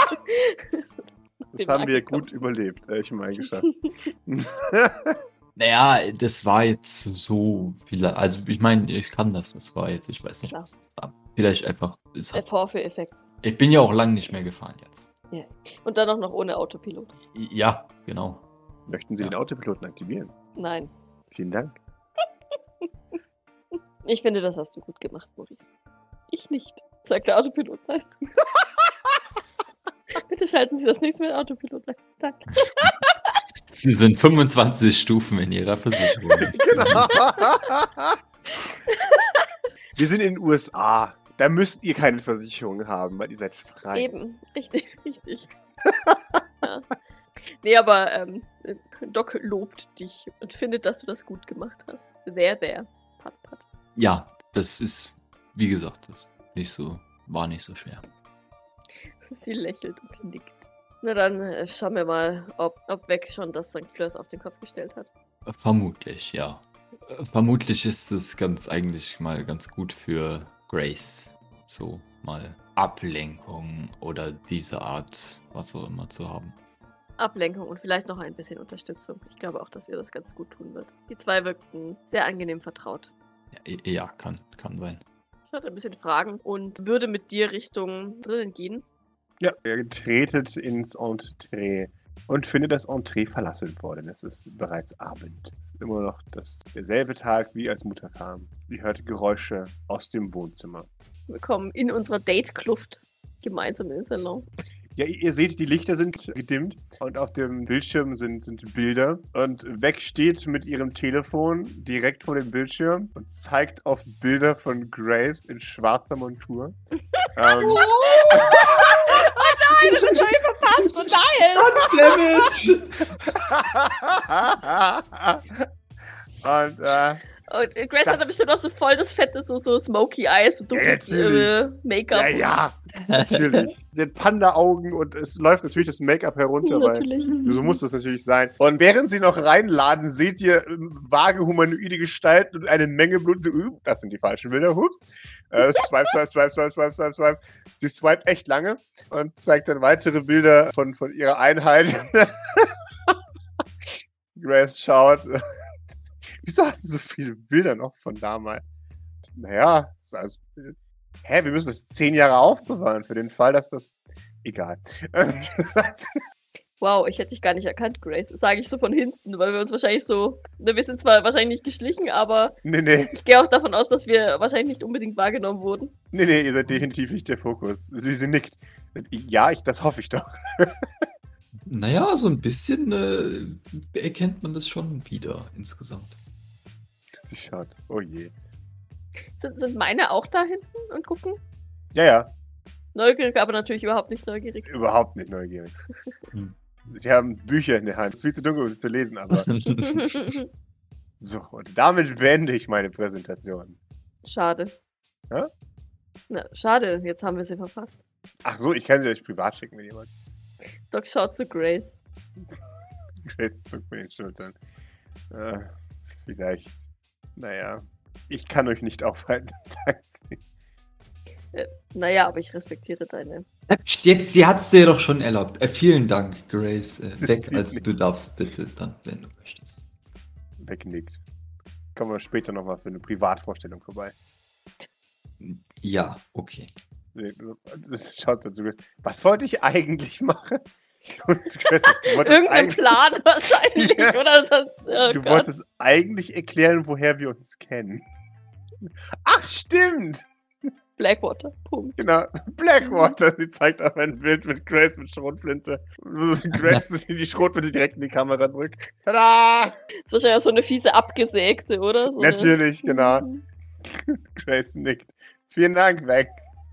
Speaker 4: Das haben wir gut überlebt. Ich meine, geschafft.
Speaker 3: Naja, das war jetzt so viel. Also, ich meine, ich kann das. Das war jetzt, ich weiß nicht,
Speaker 2: Klar.
Speaker 3: was das war. Vielleicht einfach.
Speaker 2: Der Vorführeffekt.
Speaker 3: Ich bin ja auch lange nicht mehr gefahren jetzt.
Speaker 2: Und dann auch noch ohne Autopilot.
Speaker 3: Ja, genau.
Speaker 4: Möchten Sie den Autopiloten aktivieren?
Speaker 2: Nein.
Speaker 4: Vielen Dank.
Speaker 2: Ich finde, das hast du gut gemacht, Maurice. Ich nicht, sagt der Autopilot. Nein. Bitte schalten Sie das nächste Mal den Autopilot ein. Danke.
Speaker 3: Sie sind 25 Stufen in Ihrer Versicherung.
Speaker 4: Genau. Wir sind in den USA. Da müsst ihr keine Versicherung haben, weil ihr seid frei.
Speaker 2: Eben, richtig. Ja. Nee, aber Doc lobt dich und findet, dass du das gut gemacht hast. There. Pat.
Speaker 3: Ja, das ist, wie gesagt, das war nicht so schwer.
Speaker 2: Sie lächelt und nickt. Na dann schauen wir mal, ob Weg schon das St. Fleurs auf den Kopf gestellt hat.
Speaker 3: Vermutlich, ja. Vermutlich ist es eigentlich mal ganz gut für Grace, so mal Ablenkung oder diese Art, was auch immer zu haben.
Speaker 2: Ablenkung und vielleicht noch ein bisschen Unterstützung. Ich glaube auch, dass ihr das ganz gut tun wird. Die zwei wirkten sehr angenehm vertraut.
Speaker 3: Ja, kann sein.
Speaker 2: Ich hatte ein bisschen Fragen und würde mit dir Richtung drinnen gehen.
Speaker 4: Ja, ihr tretet ins Entree und findet das Entree verlassen worden. Es ist bereits Abend. Es ist immer noch derselbe Tag, wie als Mutter kam. Ihr hört Geräusche aus dem Wohnzimmer.
Speaker 2: Wir kommen in unserer Date-Kluft gemeinsam in den Salon.
Speaker 4: Ja, ihr seht, die Lichter sind gedimmt und auf dem Bildschirm sind Bilder. Und Weg steht mit ihrem Telefon direkt vor dem Bildschirm und zeigt auf Bilder von Grace in schwarzer Montur.
Speaker 2: Oh nein, das ist schon verpasst. Oh nein!
Speaker 4: Und
Speaker 2: Und Grace hat da bestimmt auch so voll das fette, so Smoky Eyes, so dunkles Make-up.
Speaker 4: Ja, natürlich. Sie hat Panda-Augen und es läuft natürlich das Make-up herunter,
Speaker 2: Natürlich.
Speaker 4: weil so muss das natürlich sein. Und während sie noch reinladen, seht ihr vage humanoide Gestalten und eine Menge Blut. So, das sind die falschen Bilder, hups. Swipe. Sie swipet echt lange und zeigt dann weitere Bilder von ihrer Einheit. Grace schaut. Wieso hast du so viele Bilder noch von damals? Naja, das ist alles. Wir müssen das 10 Jahre aufbewahren für den Fall, dass das. Egal.
Speaker 2: Wow, ich hätte dich gar nicht erkannt, Grace. Das sage ich so von hinten, weil wir uns wahrscheinlich so. Wir sind zwar wahrscheinlich nicht geschlichen, aber.
Speaker 4: Nee.
Speaker 2: Ich gehe auch davon aus, dass wir wahrscheinlich nicht unbedingt wahrgenommen wurden.
Speaker 4: Nee, ihr seid definitiv nicht der Fokus. Sie nickt. Ja, das hoffe ich doch.
Speaker 3: Naja, so ein bisschen erkennt man das schon wieder insgesamt.
Speaker 4: Sie schaut. Oh je.
Speaker 2: Sind meine auch da hinten und gucken?
Speaker 4: Ja, ja,
Speaker 2: Neugierig, aber natürlich überhaupt nicht neugierig.
Speaker 4: überhaupt nicht neugierig.
Speaker 3: Hm.
Speaker 4: Sie haben Bücher in der Hand. Es ist viel zu dunkel, um sie zu lesen, aber so. Und damit beende ich meine Präsentation.
Speaker 2: Schade.
Speaker 4: Ja?
Speaker 2: Na, schade, jetzt haben wir sie verfasst.
Speaker 4: Ach so, ich kann sie euch privat schicken, wenn jemand.
Speaker 2: Doc schaut zu Grace.
Speaker 4: Grace zuckt mit den Schultern. Vielleicht. Naja. Ich kann euch nicht aufhalten, sagt sie.
Speaker 2: Naja, aber ich respektiere deine.
Speaker 3: Jetzt, sie hat's dir doch schon erlaubt. Vielen Dank, Grace. Weg,
Speaker 4: sieht
Speaker 3: also
Speaker 4: nicht.
Speaker 3: du darfst bitte dann, wenn du möchtest.
Speaker 4: Wegnickt. Kommen wir später nochmal für eine Privatvorstellung vorbei.
Speaker 3: Ja, okay.
Speaker 4: Das schaut dazu. Was wollte ich eigentlich machen? Und Grace, du wolltest
Speaker 2: Irgendein Plan wahrscheinlich,
Speaker 4: Ja.
Speaker 2: oder? Oh
Speaker 4: Du
Speaker 2: Gott.
Speaker 4: wolltest eigentlich erklären, woher wir uns kennen. Ach, stimmt!
Speaker 2: Blackwater. Punkt.
Speaker 4: Genau, Blackwater. Sie zeigt auf ein Bild mit Grace mit Schrotflinte. Grace die Schrotflinte direkt in die Kamera zurück. Tada!
Speaker 2: Das ist wahrscheinlich auch so eine fiese abgesägte, oder? So
Speaker 4: Natürlich, genau.
Speaker 2: Mhm.
Speaker 4: Grace nickt. Vielen Dank, weg.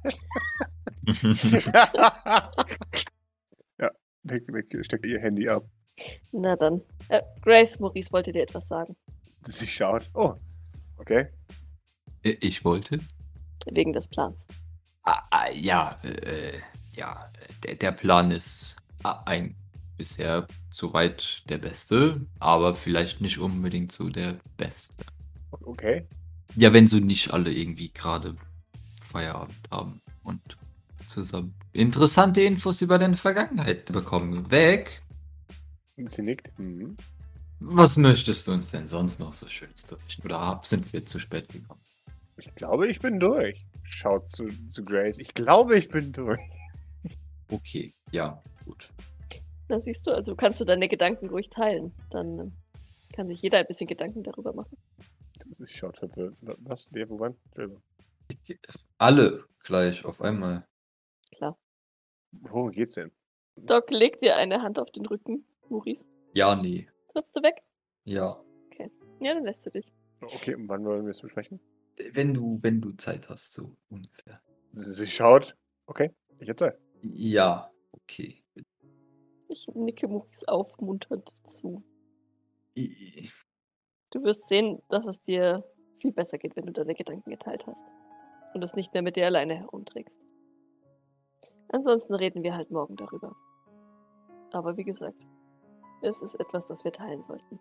Speaker 4: Ja, weg, steckt ihr Handy ab.
Speaker 2: Na dann. Grace, Maurice wollte dir etwas sagen.
Speaker 4: Sie schaut. Oh, okay.
Speaker 3: Ich wollte?
Speaker 2: Wegen des Plans.
Speaker 3: Ja, der Plan ist bisher soweit der beste, aber vielleicht nicht unbedingt so der beste.
Speaker 4: Okay.
Speaker 3: Ja, wenn so nicht alle irgendwie gerade Feierabend haben und zusammen interessante Infos über deine Vergangenheit bekommen. Weg!
Speaker 4: Sie nickt. Mhm.
Speaker 3: Was möchtest du uns denn sonst noch so Schönes berichten? Oder sind wir zu spät gekommen?
Speaker 4: Ich glaube, ich bin durch. Schaut zu Grace. Ich glaube, ich bin durch.
Speaker 3: Okay, ja, gut.
Speaker 2: Da siehst du, also kannst du deine Gedanken ruhig teilen. Dann kann sich jeder ein bisschen Gedanken darüber machen.
Speaker 4: Sie schaut verwirrt. Was? Wer? Wo wann?
Speaker 3: Alle gleich auf einmal.
Speaker 2: Klar.
Speaker 4: Worum geht's denn?
Speaker 2: Doc legt dir eine Hand auf den Rücken, Maurice.
Speaker 3: Ja, nee.
Speaker 2: Trittst du weg?
Speaker 3: Ja.
Speaker 2: Ja, dann lässt du dich.
Speaker 4: Okay, und wann wollen wir es besprechen?
Speaker 3: Wenn du Zeit hast, so ungefähr.
Speaker 4: Sie schaut. Okay, ich hab Zeit.
Speaker 3: Ja, okay.
Speaker 2: Ich nicke Maurice aufmunternd zu.
Speaker 3: I-
Speaker 2: Du wirst sehen, dass es dir viel besser geht, wenn du deine Gedanken geteilt hast. Und es nicht mehr mit dir alleine herumträgst. Ansonsten reden wir halt morgen darüber. Aber wie gesagt, es ist etwas, das wir teilen sollten.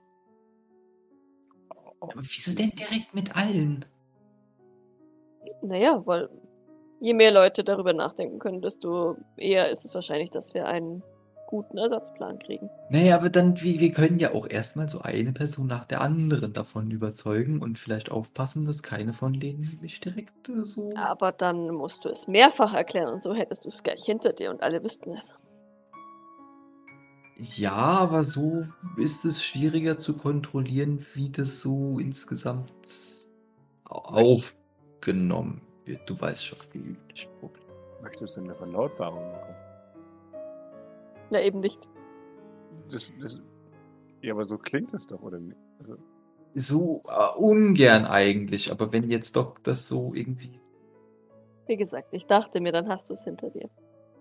Speaker 3: Aber wieso denn direkt mit allen?
Speaker 2: Naja, weil je mehr Leute darüber nachdenken können, desto eher ist es wahrscheinlich, dass wir einen guten Ersatzplan kriegen.
Speaker 3: Naja, aber dann, wir können ja auch erstmal so eine Person nach der anderen davon überzeugen und vielleicht aufpassen, dass keine von denen mich direkt so...
Speaker 2: Aber dann musst du es mehrfach erklären und so hättest du es gleich hinter dir und alle wüssten es.
Speaker 3: Ja, aber so ist es schwieriger zu kontrollieren, wie das so insgesamt aufgenommen wird. Du weißt schon, wie üblich Problem.
Speaker 4: Möchtest du eine Verlautbarung machen?
Speaker 2: Na eben nicht.
Speaker 4: Ja, aber so klingt es doch, oder nicht? Also,
Speaker 3: So ungern eigentlich, aber wenn jetzt doch das so irgendwie...
Speaker 2: Wie gesagt, ich dachte mir, dann hast du es hinter dir.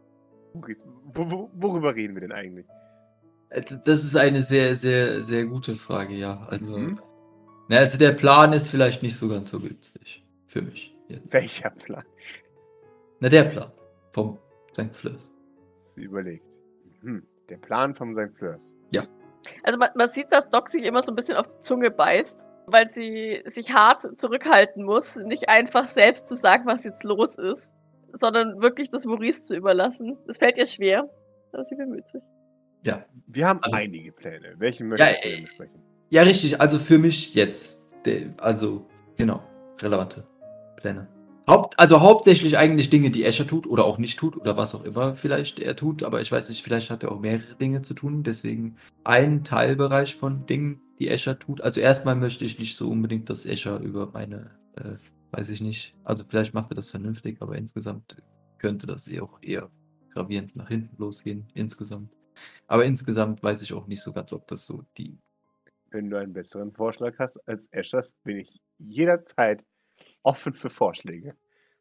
Speaker 4: worüber reden wir denn eigentlich?
Speaker 3: Das ist eine sehr, sehr, sehr gute Frage, ja. Also,
Speaker 4: Mhm.
Speaker 3: also der Plan ist vielleicht nicht so ganz so günstig. Für mich jetzt.
Speaker 4: Welcher Plan?
Speaker 3: Na, der Plan vom St. Fleurs.
Speaker 4: Sie überlegt. Der Plan vom St. Fleurs.
Speaker 2: Also man sieht, dass Doc sich immer so ein bisschen auf die Zunge beißt, weil sie sich hart zurückhalten muss, nicht einfach selbst zu sagen, was jetzt los ist, sondern wirklich das Maurice zu überlassen. Das fällt ihr schwer, aber sie bemüht sich.
Speaker 3: Ja.
Speaker 4: Wir haben
Speaker 3: Also-
Speaker 4: einige Pläne. Welchen möchtest du denn besprechen?
Speaker 3: Ja, richtig. Also für mich jetzt. Also, genau. Relevante Pläne. Hauptsächlich eigentlich Dinge, die Escher tut oder auch nicht tut oder was auch immer vielleicht er tut, aber ich weiß nicht, vielleicht hat er auch mehrere Dinge zu tun, deswegen ein Teilbereich von Dingen, die Escher tut. Also erstmal möchte ich nicht so unbedingt, dass Escher über meine, weiß ich nicht, also vielleicht macht er das vernünftig, aber insgesamt könnte das auch eher gravierend nach hinten losgehen, insgesamt. Aber insgesamt weiß ich auch nicht so ganz, ob das so die...
Speaker 4: Wenn du einen besseren Vorschlag hast als Eschers, bin ich jederzeit offen für Vorschläge.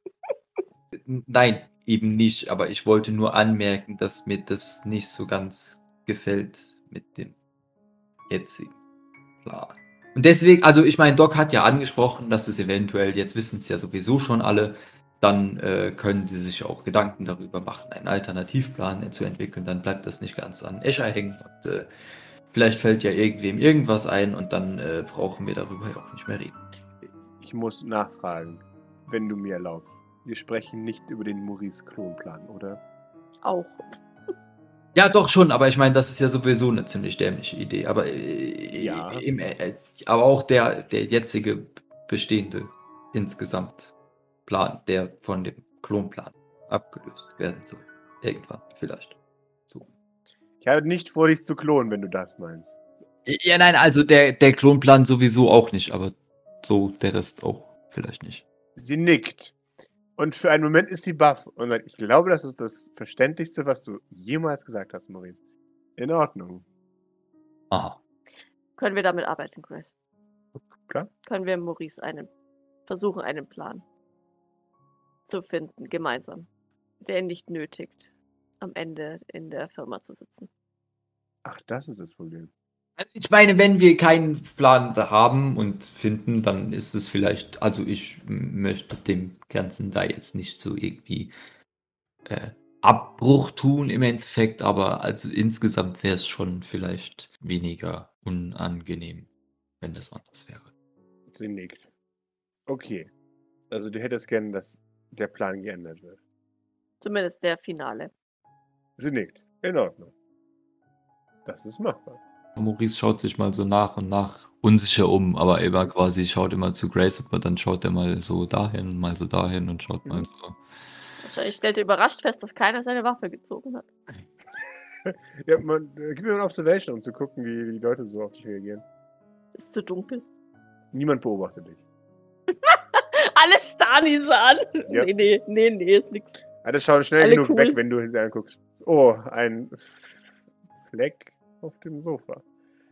Speaker 3: Nein, eben nicht, aber ich wollte nur anmerken, dass mir das nicht so ganz gefällt mit dem jetzigen Plan. Und deswegen, also ich meine, Doc hat ja angesprochen, dass es eventuell, jetzt wissen es ja sowieso schon alle, dann können sie sich auch Gedanken darüber machen, einen Alternativplan zu entwickeln, dann bleibt das nicht ganz an Escher hängen und vielleicht fällt ja irgendwem irgendwas ein und dann brauchen wir darüber ja auch nicht mehr reden.
Speaker 4: Ich muss nachfragen, wenn du mir erlaubst. Wir sprechen nicht über den Maurice-Klonplan, oder?
Speaker 2: Auch.
Speaker 3: Ja, doch schon, aber ich meine, das ist ja sowieso eine ziemlich dämliche Idee. Aber,
Speaker 4: Ja.
Speaker 3: Aber auch der jetzige bestehende insgesamt Plan, der von dem Klonplan abgelöst werden soll. Irgendwann vielleicht. So.
Speaker 4: Ich habe nicht vor, dich zu klonen, wenn du das meinst.
Speaker 3: Ja, nein, also der Klonplan sowieso auch nicht, aber so der Rest auch vielleicht nicht.
Speaker 4: Sie nickt. Und für einen Moment ist sie baff. Und sagt, ich glaube, das ist das Verständlichste, was du jemals gesagt hast, Maurice. In Ordnung.
Speaker 3: Aha.
Speaker 2: Können wir damit arbeiten, Grace?
Speaker 4: Klar.
Speaker 2: Können wir Maurice versuchen, einen Plan zu finden, gemeinsam, der ihn nicht nötigt, am Ende in der Firma zu sitzen.
Speaker 4: Ach, das ist das Problem.
Speaker 3: Ich meine, wenn wir keinen Plan da haben und finden, dann ist es vielleicht, also ich möchte dem Ganzen da jetzt nicht so irgendwie Abbruch tun im Endeffekt, aber also insgesamt wäre es schon vielleicht weniger unangenehm, wenn das anders wäre.
Speaker 4: Sie nickt. Okay. Also du hättest gerne, dass der Plan geändert wird.
Speaker 2: Zumindest der Finale.
Speaker 4: Sie nickt. In Ordnung. Das ist machbar.
Speaker 3: Maurice schaut sich mal so nach und nach unsicher um, aber immer quasi schaut immer zu Grace, aber dann schaut er mal so dahin, mal so dahin und schaut mal so.
Speaker 2: Wahrscheinlich stellt er überrascht fest, dass keiner seine Waffe gezogen hat.
Speaker 4: Ja, gib mir eine Observation, um zu gucken, wie die Leute so auf dich reagieren.
Speaker 2: Ist zu dunkel.
Speaker 4: Niemand beobachtet dich.
Speaker 2: Alle starren ihn so an.
Speaker 4: Ja.
Speaker 2: Nee, ist nix.
Speaker 4: Alles schaut schnell
Speaker 2: Alle
Speaker 4: genug
Speaker 2: cool.
Speaker 4: weg, wenn du sie anguckst. Oh, ein Fleck auf dem Sofa.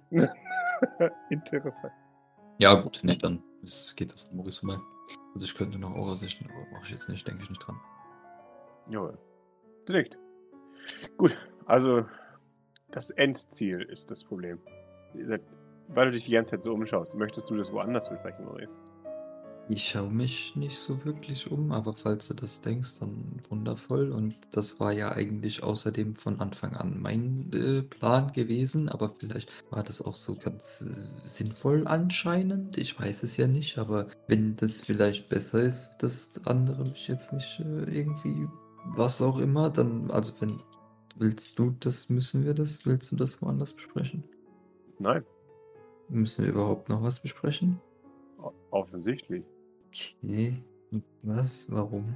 Speaker 4: Interessant.
Speaker 3: Ja, gut, nee, dann geht das an Maurice vorbei. Also ich könnte noch Aura sichten, aber mache ich jetzt nicht, denke ich nicht dran.
Speaker 4: Jawohl. Sie nickt. Gut, also das Endziel ist das Problem. Weil du dich die ganze Zeit so umschaust, möchtest du das woanders besprechen, Maurice?
Speaker 3: Ich schaue mich nicht so wirklich um, aber falls du das denkst, dann wundervoll. Und das war ja eigentlich außerdem von Anfang an mein Plan gewesen, aber vielleicht war das auch so ganz sinnvoll anscheinend. Ich weiß es ja nicht, aber wenn das vielleicht besser ist, dass andere mich jetzt nicht irgendwie, was auch immer, dann, also wenn willst du das, willst du das woanders besprechen?
Speaker 4: Nein,
Speaker 3: Müssen wir überhaupt noch was besprechen?
Speaker 4: offensichtlich.
Speaker 3: Okay. Und was? Warum?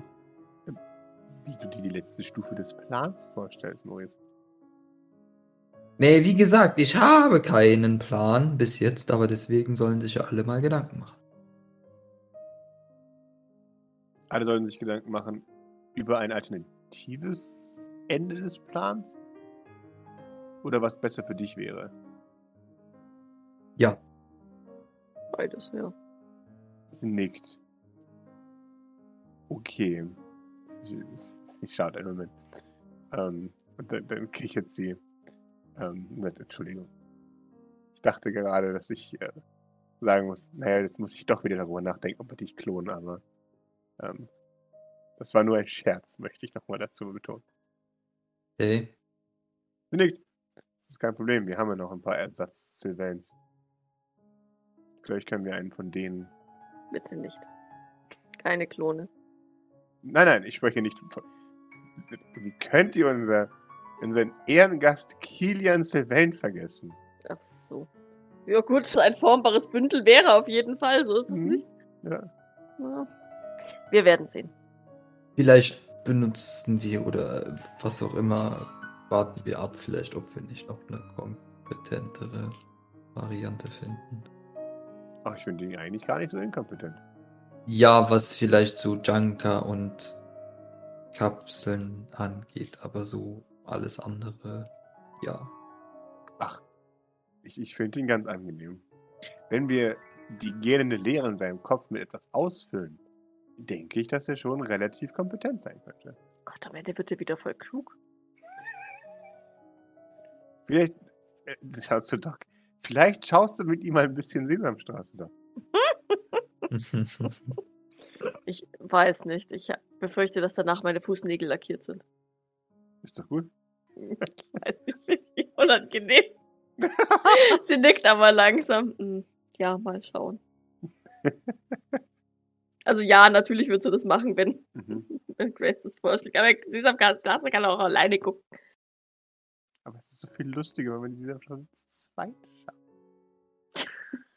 Speaker 4: Wie du dir die letzte Stufe des Plans vorstellst, Maurice.
Speaker 3: Nee, wie gesagt, ich habe keinen Plan bis jetzt, aber deswegen sollen sich ja alle mal Gedanken machen.
Speaker 4: Alle sollten sich Gedanken machen über ein alternatives Ende des Plans? Oder was besser für dich wäre?
Speaker 3: Ja.
Speaker 2: Beides, ja.
Speaker 4: Sie nickt. Okay. Sie schaut einen Moment. Und dann kichert sie. Entschuldigung. Ich dachte gerade, dass ich sagen muss, naja, jetzt muss ich doch wieder darüber nachdenken, ob wir dich klonen, aber das war nur ein Scherz, möchte ich nochmal dazu betonen.
Speaker 3: Okay.
Speaker 4: Sie nickt. Das ist kein Problem, wir haben ja noch ein paar Ersatz-Sylvains. Vielleicht können wir einen von denen...
Speaker 2: Bitte nicht. Keine Klone.
Speaker 4: Nein, ich spreche nicht von... Wie könnt ihr unseren Ehrengast Kilian Sylvain vergessen?
Speaker 2: Ach so. Ja gut, ein formbares Bündel wäre auf jeden Fall, so ist es nicht.
Speaker 4: Ja.
Speaker 2: Ja. Wir werden sehen.
Speaker 3: Vielleicht benutzen wir oder was auch immer, warten wir ab, vielleicht, ob wir nicht noch eine kompetentere Variante finden.
Speaker 4: Ach, ich finde ihn eigentlich gar nicht so inkompetent.
Speaker 3: Ja, was vielleicht so Junker und Kapseln angeht, aber so alles andere, ja.
Speaker 4: Ach, ich finde ihn ganz angenehm. Wenn wir die gähnende Leere in seinem Kopf mit etwas ausfüllen, denke ich, dass er schon relativ kompetent sein könnte.
Speaker 2: Gott, am Ende wird er wieder voll klug.
Speaker 4: Vielleicht schaust du doch. Vielleicht schaust du mit ihm mal ein bisschen Sesamstraße doch.
Speaker 2: Ich weiß nicht. Ich befürchte, dass danach meine Fußnägel lackiert sind.
Speaker 4: Ist doch gut.
Speaker 2: Ich weiß nicht, wie unangenehm. Sie nickt aber langsam. Ja, mal schauen. Also ja, natürlich wird sie das machen, wenn Grace das vorschlägt. Aber Sesamstraße kann auch alleine gucken.
Speaker 4: Aber es ist so viel lustiger, wenn man die Sesamstraße zu zweit schaut.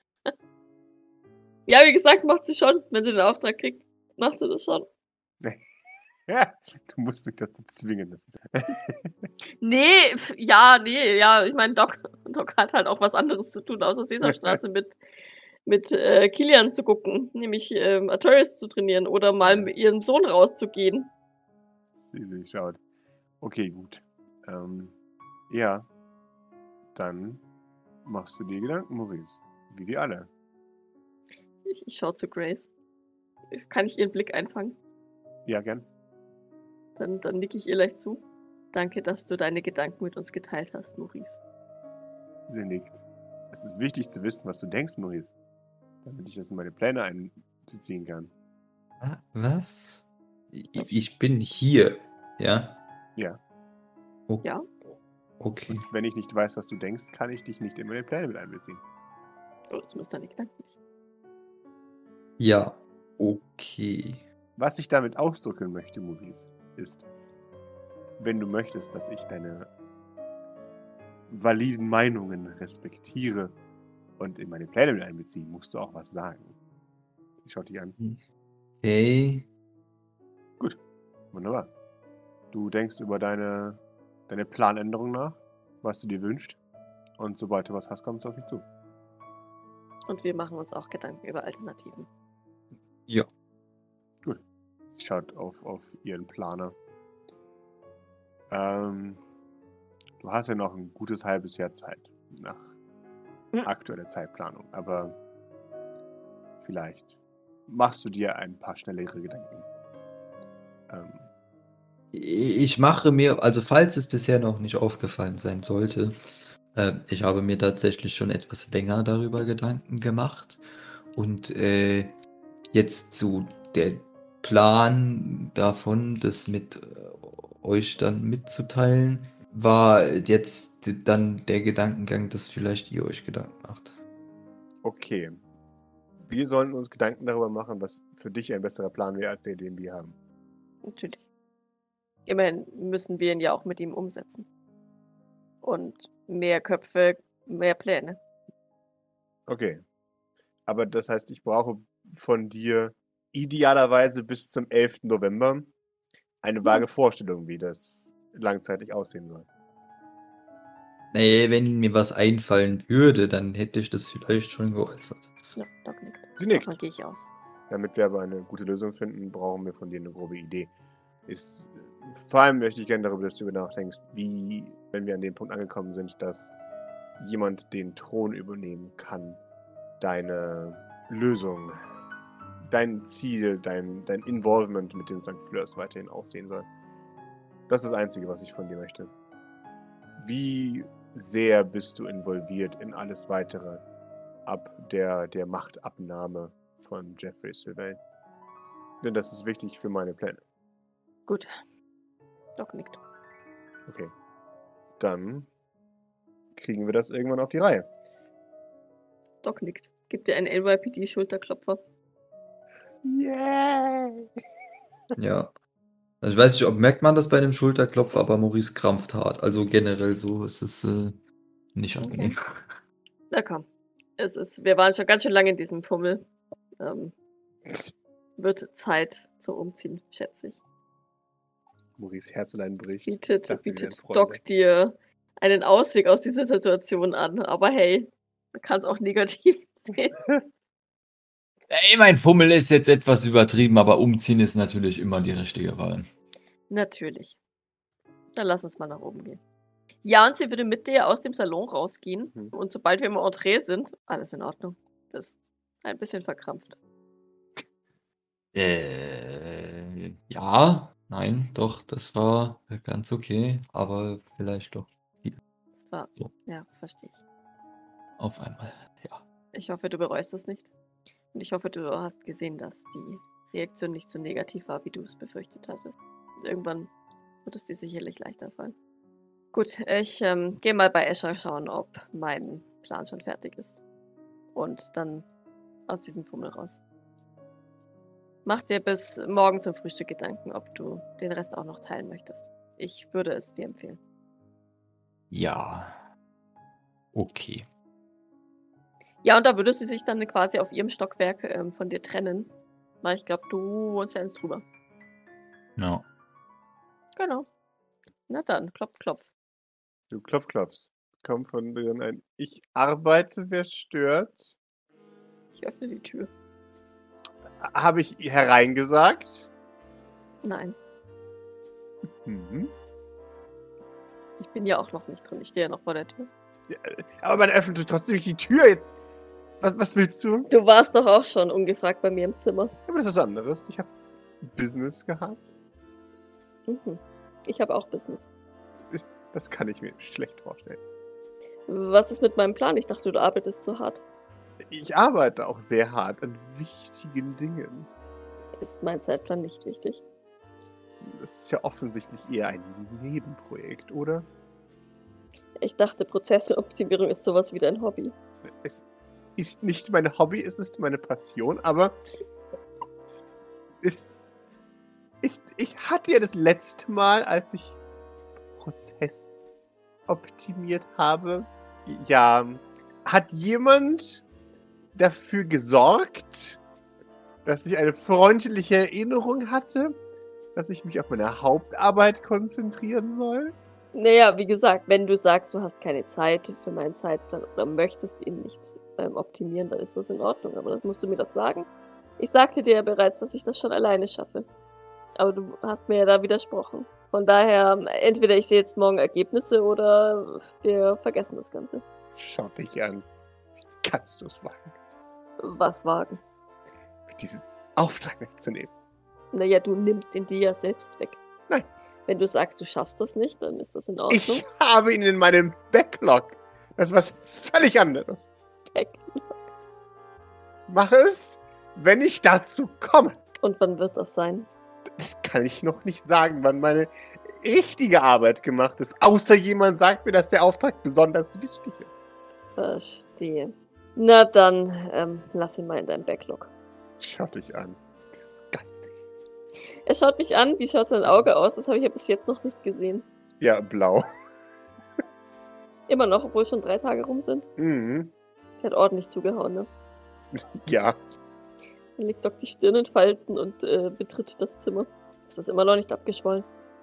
Speaker 2: Ja, wie gesagt, macht sie schon. Wenn sie den Auftrag kriegt, macht sie das schon.
Speaker 4: Ja, du musst mich dazu zwingen.
Speaker 2: Nee, ich meine, Doc hat halt auch was anderes zu tun, außer Sesamstraße mit Kilian zu gucken, nämlich Artorias zu trainieren oder mal mit ihrem Sohn rauszugehen.
Speaker 4: Sie schaut. Okay, gut. Ja, dann machst du dir Gedanken, Maurice. Wie wir alle.
Speaker 2: Ich schaue zu Grace. Kann ich ihren Blick einfangen?
Speaker 4: Ja, gern.
Speaker 2: Dann nicke ich ihr leicht zu. Danke, dass du deine Gedanken mit uns geteilt hast, Maurice.
Speaker 4: Sie nickt. Es ist wichtig zu wissen, was du denkst, Maurice. Damit ich das in meine Pläne einbeziehen kann.
Speaker 3: Was? Ich bin hier, ja?
Speaker 4: Ja.
Speaker 2: Ja?
Speaker 3: Okay.
Speaker 4: Und wenn ich nicht weiß, was du denkst, kann ich dich nicht in meine Pläne mit einbeziehen.
Speaker 2: Oh, zumindest deine Gedanken nicht.
Speaker 3: Ja, okay.
Speaker 4: Was ich damit ausdrücken möchte, Maurice, ist, wenn du möchtest, dass ich deine validen Meinungen respektiere und in meine Pläne mit einbeziehe, musst du auch was sagen. Ich schau dich an.
Speaker 3: Okay.
Speaker 4: Gut, wunderbar. Du denkst über deine Planänderung nach, was du dir wünschst, und sobald du was hast, kommst du auf mich zu.
Speaker 2: Und wir machen uns auch Gedanken über Alternativen.
Speaker 3: Ja.
Speaker 4: Gut. Sie schaut auf ihren Planer. Du hast ja noch ein gutes halbes Jahr Zeit nach aktueller Zeitplanung, aber vielleicht machst du dir ein paar schnellere Gedanken.
Speaker 3: Ich mache mir, also falls es bisher noch nicht aufgefallen sein sollte, ich habe mir tatsächlich schon etwas länger darüber Gedanken gemacht. Und jetzt so der Plan davon, das mit euch dann mitzuteilen, war jetzt dann der Gedankengang, dass vielleicht ihr euch Gedanken macht.
Speaker 4: Okay. Wir sollen uns Gedanken darüber machen, was für dich ein besserer Plan wäre, als der, den wir haben.
Speaker 2: Natürlich. Immerhin müssen wir ihn ja auch mit ihm umsetzen. Und mehr Köpfe, mehr Pläne.
Speaker 4: Okay. Aber das heißt, ich brauche von dir idealerweise bis zum 11. November eine vage Vorstellung, wie das langzeitig aussehen soll.
Speaker 3: Nee, wenn mir was einfallen würde, dann hätte ich das vielleicht schon geäußert.
Speaker 2: Ja, Doc nickt.
Speaker 4: Sie nickt.
Speaker 2: Davon gehe ich aus.
Speaker 4: Damit wir aber eine gute Lösung finden, brauchen wir von dir eine grobe Idee. Vor allem möchte ich gerne darüber, dass du über nachdenkst, wie, wenn wir an dem Punkt angekommen sind, dass jemand den Thron übernehmen kann, deine Lösung, dein Ziel, dein Involvement mit den St. Fleurs weiterhin aussehen soll. Das ist das Einzige, was ich von dir möchte. Wie sehr bist du involviert in alles Weitere ab der Machtabnahme von Jeffrey Sylvain? Denn das ist wichtig für meine Pläne.
Speaker 2: Gut. Doc nickt.
Speaker 4: Okay. Dann kriegen wir das irgendwann auf die Reihe.
Speaker 2: Doc nickt. Gibt dir einen NYPD-Schulterklopfer.
Speaker 4: Yay!
Speaker 3: Ja. Also ich weiß nicht, ob merkt man das bei dem Schulterklopfer, aber Maurice krampft hart. Also generell so ist es nicht angenehm.
Speaker 2: Na komm. Wir waren schon ganz schön lange in diesem Fummel. Wird Zeit zum Umziehen, schätze ich.
Speaker 4: Maurice Herzlein bricht.
Speaker 2: Bietet
Speaker 4: Dachte, wir wären Freunde.
Speaker 2: Doc dir einen Ausweg aus dieser Situation an. Aber hey, du kannst auch negativ sehen.
Speaker 3: Ey, mein Fummel ist jetzt etwas übertrieben, aber umziehen ist natürlich immer die richtige Wahl.
Speaker 2: Natürlich. Dann lass uns mal nach oben gehen. Ja, und sie würde mit dir aus dem Salon rausgehen. Und sobald wir im Entree sind, alles in Ordnung. Bist ein bisschen verkrampft.
Speaker 3: Ja, nein, doch, das war ganz okay, aber vielleicht doch
Speaker 2: Das war,
Speaker 3: so
Speaker 2: ja, verstehe ich.
Speaker 3: auf einmal, ja.
Speaker 2: Ich hoffe, du bereust es nicht. Und ich hoffe, du hast gesehen, dass die Reaktion nicht so negativ war, wie du es befürchtet hattest. Irgendwann wird es dir sicherlich leichter fallen. Gut, ich gehe mal bei Escher schauen, ob mein Plan schon fertig ist. Und dann aus diesem Fummel raus. Mach dir bis morgen zum Frühstück Gedanken, ob du den Rest auch noch teilen möchtest. Ich würde es dir empfehlen.
Speaker 3: Ja, okay.
Speaker 2: Ja, und da würde sie sich dann quasi auf ihrem Stockwerk von dir trennen. Weil ich glaube, du wohnst ja eins drüber.
Speaker 3: Ja.
Speaker 2: Genau. Na dann, klopf, klopf.
Speaker 4: Du klopfst. Kommt von drin ein Ich arbeite, wer stört?
Speaker 2: Ich öffne die Tür.
Speaker 4: Habe ich hereingesagt?
Speaker 2: Nein,
Speaker 4: Mhm.
Speaker 2: ich bin ja auch noch nicht drin. Ich stehe ja noch vor der Tür.
Speaker 4: Aber man öffnet trotzdem nicht die Tür jetzt. Was willst du?
Speaker 2: Du warst doch auch schon ungefragt bei mir im Zimmer.
Speaker 4: Aber das ist was anderes. Ich habe Business gehabt.
Speaker 2: Mhm. Ich habe auch Business.
Speaker 4: Das kann ich mir schlecht vorstellen.
Speaker 2: Was ist mit meinem Plan? Ich dachte, du arbeitest zu hart.
Speaker 4: Ich arbeite auch sehr hart an wichtigen Dingen.
Speaker 2: Ist mein Zeitplan nicht wichtig?
Speaker 4: Das ist ja offensichtlich eher ein Nebenprojekt, oder?
Speaker 2: Ich dachte, Prozessoptimierung ist sowas wie dein Hobby.
Speaker 4: Es ist nicht mein Hobby, es ist meine Passion, aber ich hatte ja das letzte Mal, als ich Prozess optimiert habe, ja, hat jemand dafür gesorgt, dass ich eine freundliche Erinnerung hatte, dass ich mich auf meine Hauptarbeit konzentrieren soll?
Speaker 2: Naja, wie gesagt, wenn du sagst, du hast keine Zeit für meinen Zeitplan oder möchtest ihn nicht optimieren, dann ist das in Ordnung. Aber das musst du mir das sagen. Ich sagte dir ja bereits, dass ich das schon alleine schaffe. Aber du hast mir ja da widersprochen. Von daher, entweder ich sehe jetzt morgen Ergebnisse oder wir vergessen das Ganze.
Speaker 4: Schau dich an. Wie kannst du es wagen,
Speaker 2: Was wagen?
Speaker 4: diesen Auftrag wegzunehmen?
Speaker 2: Naja, du nimmst ihn dir ja selbst weg.
Speaker 4: Nein.
Speaker 2: Wenn du sagst, du schaffst das nicht, dann ist das in Ordnung.
Speaker 4: Ich habe ihn in meinem Backlog. Das ist was völlig anderes. Mach es, wenn ich dazu komme.
Speaker 2: Und wann wird das sein?
Speaker 4: Das kann ich noch nicht sagen, wann meine richtige Arbeit gemacht ist. Außer jemand sagt mir, dass der Auftrag besonders wichtig ist.
Speaker 2: Verstehe. Na dann, lass ihn mal in deinem Backlog.
Speaker 4: Schau dich an. Disgusting.
Speaker 2: Er schaut mich an. Wie schaut sein Auge aus? Das habe ich ja bis jetzt noch nicht gesehen.
Speaker 4: Ja, blau.
Speaker 2: Immer noch, obwohl schon 3 Tage rum sind.
Speaker 4: Mhm.
Speaker 2: Der hat ordentlich zugehauen, ne?
Speaker 4: Ja.
Speaker 2: Dann legt Doc die Stirn in Falten und betritt das Zimmer. Ist das immer noch nicht abgeschwollen?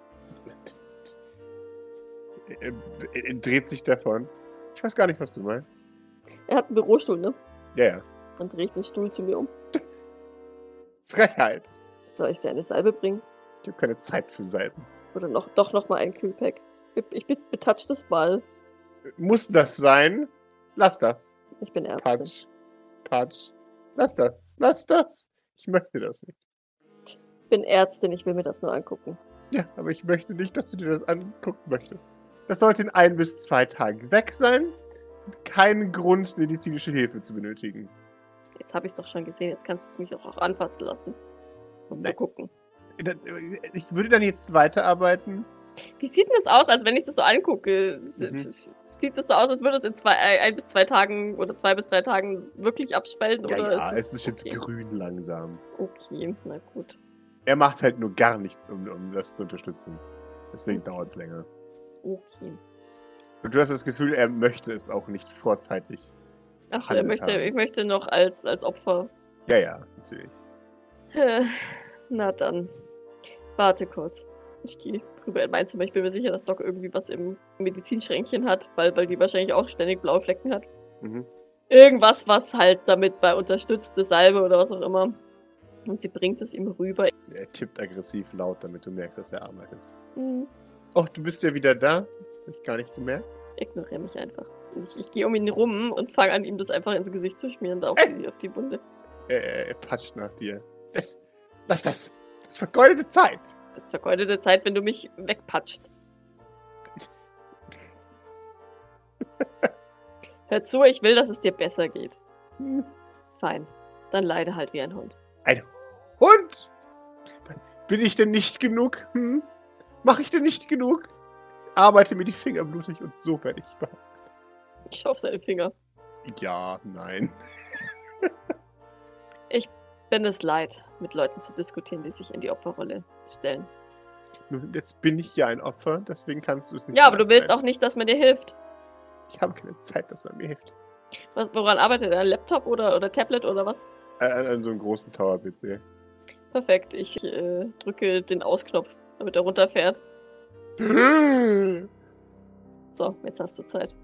Speaker 4: Er dreht sich davon. Ich weiß gar nicht, was du meinst.
Speaker 2: Er hat einen Bürostuhl, ne?
Speaker 4: Ja, ja.
Speaker 2: Dann drehe ich den Stuhl zu mir um.
Speaker 4: Frechheit.
Speaker 2: Soll ich dir eine Salbe bringen?
Speaker 4: Ich habe keine Zeit für Salben.
Speaker 2: Oder doch noch mal ein Kühlpack? Ich betatsch das mal.
Speaker 4: Muss das sein? Lass das.
Speaker 2: Ich bin Ärztin.
Speaker 4: Patsch. Patsch. Lass das. Lass das. Ich möchte das nicht.
Speaker 2: Ich bin Ärztin, ich will mir das nur angucken.
Speaker 4: Ja, aber ich möchte nicht, dass du dir das angucken möchtest. Das sollte in 1 bis 2 Tagen weg sein. Und keinen Grund, medizinische Hilfe zu benötigen.
Speaker 2: Jetzt habe ich es doch schon gesehen, jetzt kannst du es mich doch auch anfassen lassen. Um zu
Speaker 4: Nein.
Speaker 2: gucken.
Speaker 4: Ich würde dann jetzt weiterarbeiten.
Speaker 2: Wie sieht denn das aus, als wenn ich das so angucke? Sieht das so aus, als würde es in 1 bis 2 Tagen oder 2 bis 3 Tagen wirklich abschwellen?
Speaker 4: Ja,
Speaker 2: oder
Speaker 4: ja,
Speaker 2: ist
Speaker 4: es ist jetzt
Speaker 2: okay?
Speaker 4: grün langsam.
Speaker 2: Okay, na gut.
Speaker 4: Er macht halt nur gar nichts, um das zu unterstützen. Deswegen dauert es länger.
Speaker 2: Okay.
Speaker 4: Und du hast das Gefühl, er möchte es auch nicht vorzeitig.
Speaker 2: Achso,
Speaker 4: Handelt haben.
Speaker 2: ich möchte noch als Opfer.
Speaker 4: Ja, ja, natürlich.
Speaker 2: Na dann. Warte kurz. Ich gehe rüber in mein Zimmer. Ich bin mir sicher, dass Doc irgendwie was im Medizinschränkchen hat, weil die wahrscheinlich auch ständig blaue Flecken hat.
Speaker 4: Mhm.
Speaker 2: Irgendwas, was halt damit bei unterstützte Salbe oder was auch immer. Und sie bringt es ihm rüber.
Speaker 4: Er tippt aggressiv laut, damit du merkst, dass er arbeitet.
Speaker 2: Hm,
Speaker 4: Oh, du bist ja wieder da. Hab ich gar nicht gemerkt.
Speaker 2: ignoriere mich einfach. Ich gehe um ihn rum und fange an, ihm das einfach ins Gesicht zu schmieren, da auf die Wunde.
Speaker 4: Er patscht nach dir. Was ist das? Das ist vergeudete Zeit.
Speaker 2: Das ist vergeudete Zeit, wenn du mich wegpatschst. Hör zu, ich will, dass es dir besser geht. Fein. Dann leide halt wie ein Hund.
Speaker 4: Ein Hund? Bin ich denn nicht genug? Mache ich denn nicht genug? Ich arbeite mir die Finger blutig und so werde ich behandelt.
Speaker 2: Ich schau auf seine Finger.
Speaker 4: Ja, nein.
Speaker 2: Ich bin es leid, mit Leuten zu diskutieren, die sich in die Opferrolle stellen.
Speaker 4: Nun, jetzt bin ich ja ein Opfer, deswegen kannst du es nicht.
Speaker 2: Ja, aber du willst auch nicht, dass man dir hilft.
Speaker 4: Ich habe keine Zeit, dass man mir hilft.
Speaker 2: Woran arbeitet er? Ein Laptop oder Tablet oder was?
Speaker 4: An so einem großen Tower-PC.
Speaker 2: Perfekt. Ich drücke den Ausknopf, damit er runterfährt. So, jetzt hast du Zeit.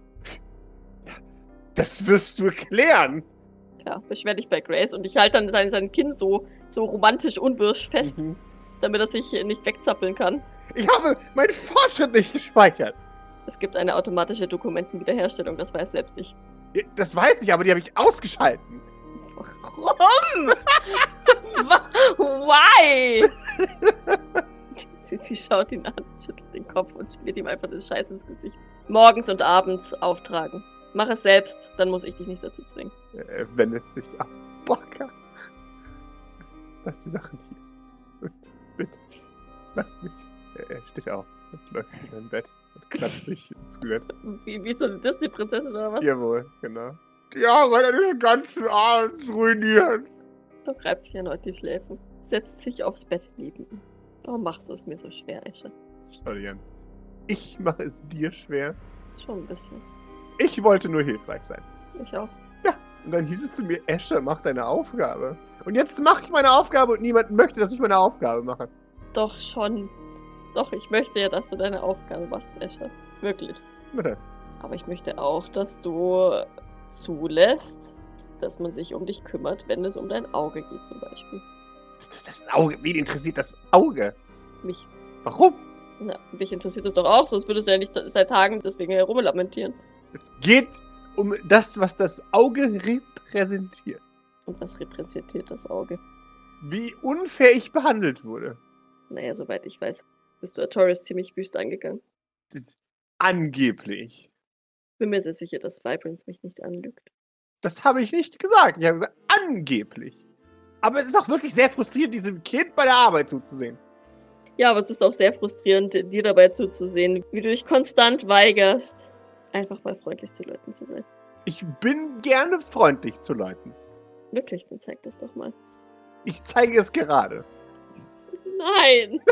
Speaker 4: Das wirst du klären.
Speaker 2: Klar, beschwer dich bei Grace und ich halte dann sein Kinn so romantisch unwirsch fest, damit er sich nicht wegzappeln kann.
Speaker 4: Ich habe meinen Fortschritt nicht gespeichert.
Speaker 2: Es gibt eine automatische Dokumentenwiederherstellung, das weiß selbst ich.
Speaker 4: Ja, das weiß ich, aber die habe ich ausgeschalten.
Speaker 2: Warum? Why? Sie schaut ihn an, schüttelt den Kopf und schmiert ihm einfach den Scheiß ins Gesicht. Morgens und abends auftragen. Mach es selbst, dann muss ich dich nicht dazu zwingen.
Speaker 4: Er wendet sich ab. Bocker. Lass die Sachen hier. Bitte. Lass mich. Er steht auf und läuft zu seinem Bett und klatscht sich ins Gehört.
Speaker 2: Wie so eine Disney-Prinzessin oder was?
Speaker 4: Jawohl, genau. Die Arbeit eines ganzen Abends ruiniert.
Speaker 2: Doc reibt sich erneut die Schläfen, setzt sich aufs Bett neben ihm. Warum machst du es mir so schwer, Escher?
Speaker 4: Schau dir an. Ich mache es dir schwer.
Speaker 2: Schon ein bisschen.
Speaker 4: Ich wollte nur hilfreich sein.
Speaker 2: Ich auch.
Speaker 4: Ja, und dann hieß es zu mir, Escher, mach deine Aufgabe. Und jetzt mache ich meine Aufgabe und niemand möchte, dass ich meine Aufgabe mache.
Speaker 2: Doch schon. Doch, ich möchte ja, dass du deine Aufgabe machst, Escher. Wirklich.
Speaker 4: Bitte.
Speaker 2: Aber ich möchte auch, dass du zulässt, dass man sich um dich kümmert, wenn es um dein Auge geht zum Beispiel.
Speaker 4: Das Auge, wen interessiert das Auge?
Speaker 2: Mich.
Speaker 4: Warum?
Speaker 2: Na, dich interessiert es doch auch, sonst würdest du ja nicht seit Tagen deswegen herumlamentieren.
Speaker 4: Es geht um das, was das Auge repräsentiert.
Speaker 2: Und was repräsentiert das Auge?
Speaker 4: Wie unfair ich behandelt wurde.
Speaker 2: Naja, soweit ich weiß, bist du Artorias ziemlich wüst angegangen.
Speaker 4: Angeblich.
Speaker 2: Bin mir sehr sicher, dass Vibrance mich nicht anlügt.
Speaker 4: Das habe ich nicht gesagt. Ich habe gesagt, angeblich. Aber es ist auch wirklich sehr frustrierend, diesem Kind bei der Arbeit zuzusehen.
Speaker 2: Ja, aber es ist auch sehr frustrierend, dir dabei zuzusehen, wie du dich konstant weigerst, einfach mal freundlich zu Leuten zu sein.
Speaker 4: Ich bin gerne freundlich zu Leuten.
Speaker 2: Wirklich, dann zeig das doch mal.
Speaker 4: Ich zeige es gerade.
Speaker 2: Nein!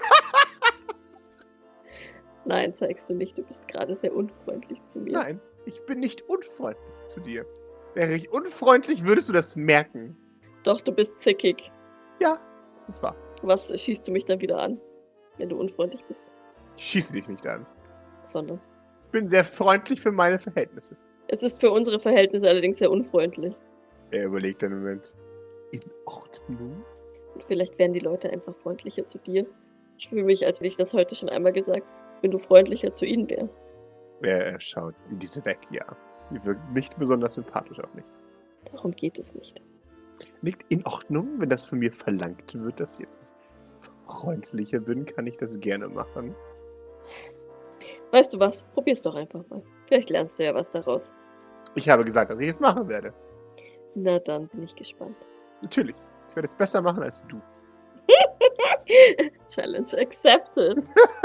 Speaker 2: Nein, zeigst du nicht. Du bist gerade sehr unfreundlich zu mir.
Speaker 4: Nein, ich bin nicht unfreundlich zu dir. Wäre ich unfreundlich, würdest du das merken.
Speaker 2: Doch, du bist zickig.
Speaker 4: Ja, das ist wahr.
Speaker 2: Was schießt du mich dann wieder an, wenn du unfreundlich bist?
Speaker 4: Ich schieße dich nicht an.
Speaker 2: Sondern.
Speaker 4: Ich bin sehr freundlich für meine Verhältnisse.
Speaker 2: Es ist für unsere Verhältnisse allerdings sehr unfreundlich.
Speaker 4: Er überlegt einen Moment. In Ordnung?
Speaker 2: Und vielleicht wären die Leute einfach freundlicher zu dir. Ich fühle mich, als hätte ich das heute schon einmal gesagt, wenn du freundlicher zu ihnen wärst.
Speaker 4: Er schaut diese weg, ja. Die wirkt nicht besonders sympathisch auf mich.
Speaker 2: Darum geht es nicht.
Speaker 4: Nicht in Ordnung, wenn das von mir verlangt wird, dass ich jetzt freundlicher bin, kann ich das gerne machen.
Speaker 2: Weißt du was? Probier's doch einfach mal. Vielleicht lernst du ja was daraus.
Speaker 4: Ich habe gesagt, dass ich es machen werde.
Speaker 2: Na dann bin ich gespannt.
Speaker 4: Natürlich. Ich werde es besser machen als du.
Speaker 2: Challenge accepted.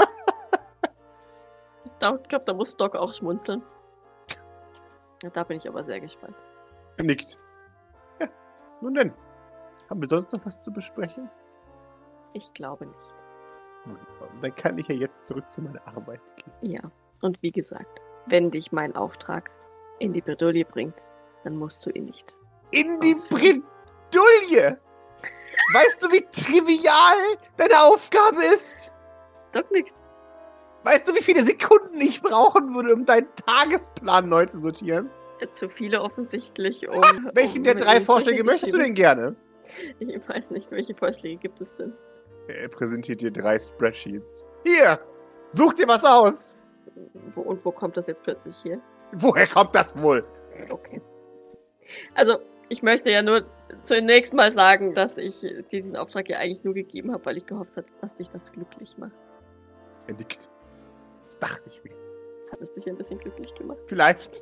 Speaker 2: Ich glaube, da muss Doc auch schmunzeln. Da bin ich aber sehr gespannt.
Speaker 4: Er nickt. Ja, nun denn. Haben wir sonst noch was zu besprechen?
Speaker 2: Ich glaube nicht.
Speaker 4: Wunderbar. Dann kann ich ja jetzt zurück zu meiner Arbeit gehen.
Speaker 2: Ja, und wie gesagt, wenn dich mein Auftrag in die Bredouille bringt, dann musst du ihn nicht.
Speaker 4: In die Bredouille! Weißt du, wie trivial deine Aufgabe ist?
Speaker 2: Doc nickt.
Speaker 4: Weißt du, wie viele Sekunden ich brauchen würde, um deinen Tagesplan neu zu sortieren?
Speaker 2: Zu viele offensichtlich,
Speaker 4: Welchen der 3 Vorschläge möchtest du denn gerne?
Speaker 2: Ich weiß nicht, welche Vorschläge gibt es denn?
Speaker 4: Er präsentiert dir 3 Spreadsheets. Hier! Such dir was aus!
Speaker 2: Wo kommt das jetzt plötzlich hier?
Speaker 4: Woher kommt das wohl?
Speaker 2: Okay. Also, Ich möchte ja nur zunächst mal sagen, dass ich diesen Auftrag ja eigentlich nur gegeben habe, weil ich gehofft habe, dass dich das glücklich macht.
Speaker 4: Er nickt. Das dachte ich mir.
Speaker 2: Hat es dich ein bisschen glücklich gemacht?
Speaker 4: Vielleicht.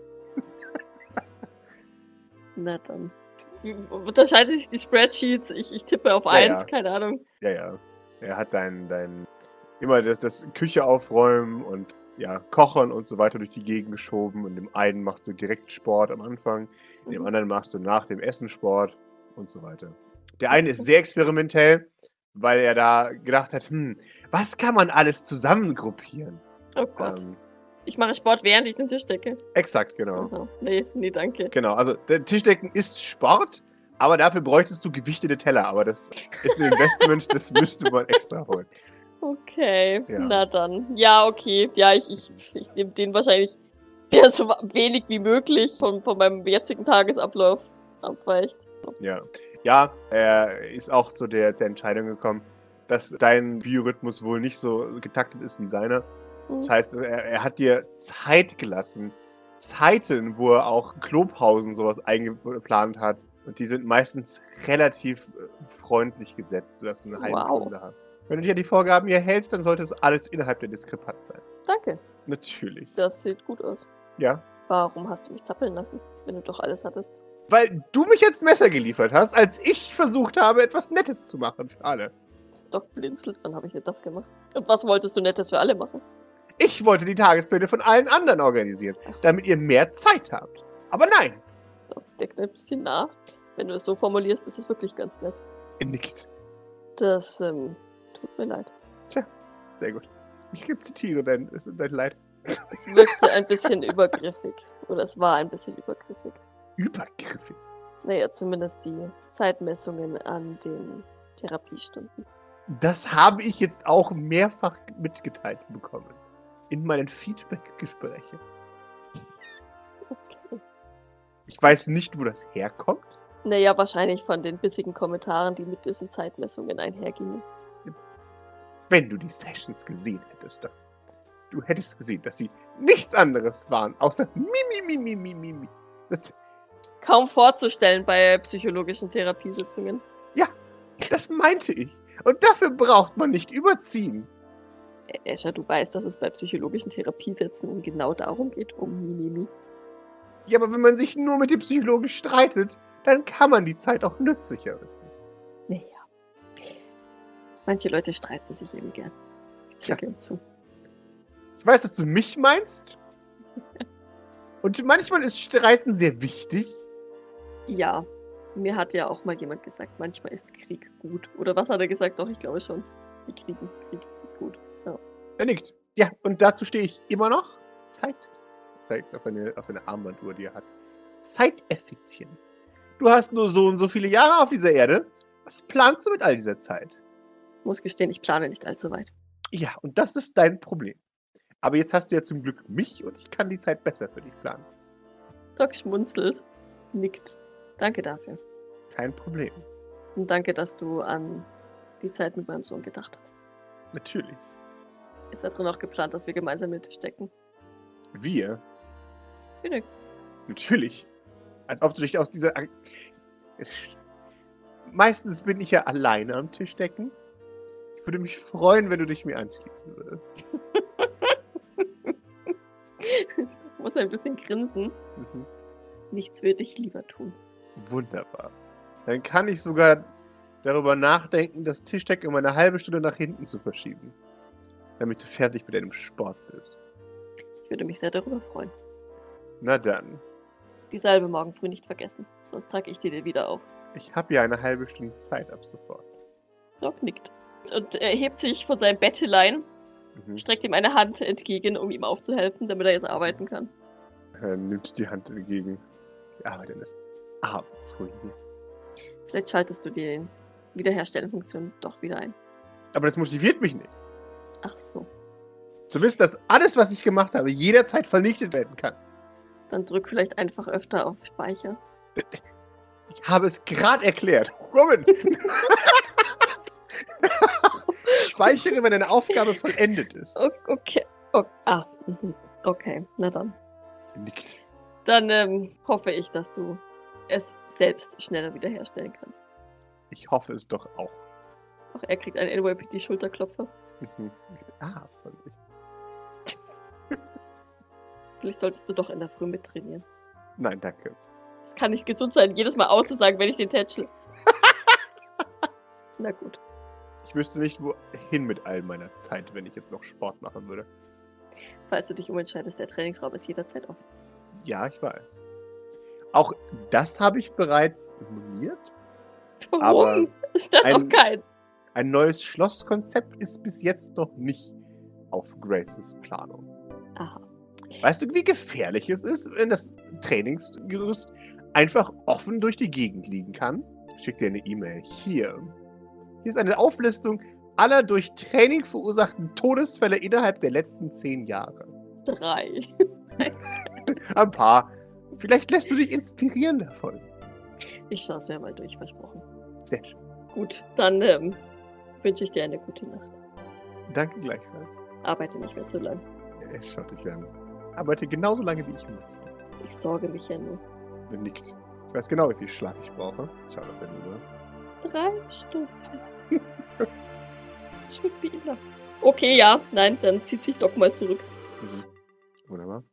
Speaker 2: Na dann. Wie unterscheiden sich die Spreadsheets? Ich tippe auf 1, keine Ahnung.
Speaker 4: Ja. Er hat immer das Küche aufräumen und ja, kochen und so weiter durch die Gegend geschoben. Und dem einen machst du direkt Sport am Anfang, in dem anderen machst du nach dem Essen Sport und so weiter. Der eine ist sehr experimentell, weil er da gedacht hat, was kann man alles zusammengruppieren?
Speaker 2: Oh Gott. Ich mache Sport, während ich den Tisch decke.
Speaker 4: Exakt, genau.
Speaker 2: Aha. Nee, danke.
Speaker 4: Genau, also der Tischdecken ist Sport, aber dafür bräuchtest du gewichtete Teller. Aber das ist ein Investment, das müsste man extra holen.
Speaker 2: Okay,
Speaker 4: Ja.
Speaker 2: na dann. Ja, okay. Ja, ich nehme den wahrscheinlich, der so wenig wie möglich von meinem jetzigen Tagesablauf abweicht.
Speaker 4: Ja, er ist auch zu der Entscheidung gekommen, dass dein Biorhythmus wohl nicht so getaktet ist wie seiner. Das heißt, er hat dir Zeit gelassen. Zeiten, wo er auch Klopausen sowas eingeplant hat. Und die sind meistens relativ freundlich gesetzt, sodass du eine halbe Stunde hast. Wenn du dich an die Vorgaben hier hältst, dann sollte es alles innerhalb der Diskrepanz sein.
Speaker 2: Danke.
Speaker 4: Natürlich.
Speaker 2: Das sieht gut aus.
Speaker 4: Ja.
Speaker 2: Warum hast du mich zappeln lassen, wenn du doch alles hattest?
Speaker 4: Weil du mich jetzt Messer geliefert hast, als ich versucht habe, etwas Nettes zu machen für alle.
Speaker 2: Das Doc blinzelt, wann habe ich denn das gemacht? Und was wolltest du Nettes für alle machen?
Speaker 4: Ich wollte die Tagespläne von allen anderen organisieren,
Speaker 2: Ach so.
Speaker 4: damit ihr mehr Zeit habt. Aber nein,
Speaker 2: Doc deckt ein bisschen nach. Wenn du es so formulierst, ist es wirklich ganz nett.
Speaker 4: er nickt.
Speaker 2: Das, tut mir leid.
Speaker 4: Sehr gut. Ich rezitiere dein Leid.
Speaker 2: Es wirkte ein bisschen übergriffig. Oder es war ein bisschen übergriffig.
Speaker 4: Übergriffig.
Speaker 2: Naja, zumindest die Zeitmessungen an den Therapiestunden.
Speaker 4: Das habe ich jetzt auch mehrfach mitgeteilt bekommen. In meinen Feedback-Gesprächen.
Speaker 2: Okay.
Speaker 4: Ich weiß nicht, wo das herkommt.
Speaker 2: Naja, wahrscheinlich von den bissigen Kommentaren, die mit diesen Zeitmessungen einhergingen.
Speaker 4: Wenn du die Sessions gesehen hättest, doch. Du hättest gesehen, dass sie nichts anderes waren, außer Mimi.
Speaker 2: Kaum vorzustellen bei psychologischen Therapiesitzungen.
Speaker 4: Das meinte ich. Und dafür braucht man nicht überziehen.
Speaker 2: Escher, du weißt, dass es bei psychologischen Therapiesitzungen genau darum geht, um Mimimi.
Speaker 4: Ja, aber wenn man sich nur mit dem Psychologen streitet, dann kann man die Zeit auch nützlicher wissen.
Speaker 2: Naja. Manche Leute streiten sich eben gern. Ich zwicke ihm zu.
Speaker 4: Ich weiß, dass du mich meinst. Und manchmal ist Streiten sehr wichtig.
Speaker 2: Ja, mir hat ja auch mal jemand gesagt, manchmal ist Krieg gut. Oder was hat er gesagt? Doch, ich glaube schon. Krieg ist gut. Ja.
Speaker 4: Er nickt. Ja, und dazu stehe ich immer noch. Zeit. Zeigt auf seine Armbanduhr, die er hat. Zeiteffizienz. Du hast nur so und so viele Jahre auf dieser Erde. Was planst du mit all dieser Zeit?
Speaker 2: Muss gestehen, ich plane nicht allzu weit.
Speaker 4: Ja, und das ist dein Problem. Aber jetzt hast du ja zum Glück mich und ich kann die Zeit besser für dich planen.
Speaker 2: Doc schmunzelt, nickt. Danke dafür.
Speaker 4: Kein Problem.
Speaker 2: Und danke, dass du an die Zeit mit meinem Sohn gedacht hast.
Speaker 4: Natürlich.
Speaker 2: Ist da drin auch geplant, dass wir gemeinsam mit Tisch decken?
Speaker 4: Wir?
Speaker 2: Bitte.
Speaker 4: Natürlich. Als ob du dich aus dieser... Meistens bin ich ja alleine am Tisch decken. Ich würde mich freuen, wenn du dich mir anschließen würdest.
Speaker 2: Ich muss ein bisschen grinsen.
Speaker 4: Mhm.
Speaker 2: Nichts würde ich lieber tun.
Speaker 4: Wunderbar. Dann kann ich sogar darüber nachdenken, das Tischdeck um eine halbe Stunde nach hinten zu verschieben. Damit du fertig mit deinem Sport bist.
Speaker 2: Ich würde mich sehr darüber freuen.
Speaker 4: Na dann.
Speaker 2: Die Salbe morgen früh nicht vergessen, sonst trage ich dir wieder auf.
Speaker 4: Ich habe ja eine halbe Stunde Zeit ab sofort.
Speaker 2: Doc nickt. Und er hebt sich von seinem Bettelein, streckt ihm eine Hand entgegen, um ihm aufzuhelfen, damit er jetzt arbeiten kann.
Speaker 4: Er nimmt die Hand entgegen. Die Arbeit eines Abends ruiniert.
Speaker 2: Vielleicht schaltest du die Wiederherstellungsfunktion doch wieder ein.
Speaker 4: Aber das motiviert mich nicht.
Speaker 2: Ach so.
Speaker 4: Zu wissen, dass alles, was ich gemacht habe, jederzeit vernichtet werden kann.
Speaker 2: Dann drück vielleicht einfach öfter auf Speicher.
Speaker 4: Ich habe es gerade erklärt. Robin! Speichere, wenn deine Aufgabe vollendet ist.
Speaker 2: Okay. Okay, na dann.
Speaker 4: Nickt.
Speaker 2: Dann hoffe ich, dass du es selbst schneller wiederherstellen kannst.
Speaker 4: Ich hoffe es doch auch.
Speaker 2: Auch er kriegt einen NYPD-Schulterklopfer.
Speaker 4: Von sich.
Speaker 2: Vielleicht solltest du doch in der Früh mittrainieren.
Speaker 4: Nein, danke.
Speaker 2: Das kann nicht gesund sein, jedes Mal Au zu sagen, wenn ich den tätschel. Na gut.
Speaker 4: Ich wüsste nicht, wohin mit all meiner Zeit, wenn ich jetzt noch Sport machen würde.
Speaker 2: Falls du dich umentscheidest, der Trainingsraum ist jederzeit offen.
Speaker 4: Ja, ich weiß. Auch das habe ich bereits moniert.
Speaker 2: Warum?
Speaker 4: Aber
Speaker 2: Es stört doch keinen.
Speaker 4: Ein neues Schlosskonzept ist bis jetzt noch nicht auf Graces Planung.
Speaker 2: Aha.
Speaker 4: Weißt du, wie gefährlich es ist, wenn das Trainingsgerüst einfach offen durch die Gegend liegen kann? Schick dir eine E-Mail. Hier ist eine Auflistung aller durch Training verursachten Todesfälle innerhalb der letzten 10 Jahre.
Speaker 2: 3.
Speaker 4: Ein paar. Vielleicht lässt du dich inspirieren davon.
Speaker 2: Ich schaue es mir mal durch, versprochen.
Speaker 4: Sehr schön.
Speaker 2: Gut, dann wünsche ich dir eine gute Nacht.
Speaker 4: Danke gleichfalls.
Speaker 2: Arbeite nicht mehr zu lang.
Speaker 4: Er schaut dich an. Arbeite genauso lange, wie ich möchte.
Speaker 2: Ich sorge mich ja nur.
Speaker 4: Er nickt. Ich weiß genau, wie viel Schlaf ich brauche. Schau das ja nur.
Speaker 2: 3 Stunden. Should be enough. Okay, ja, nein, dann zieht sich Doc mal zurück.
Speaker 4: Wunderbar.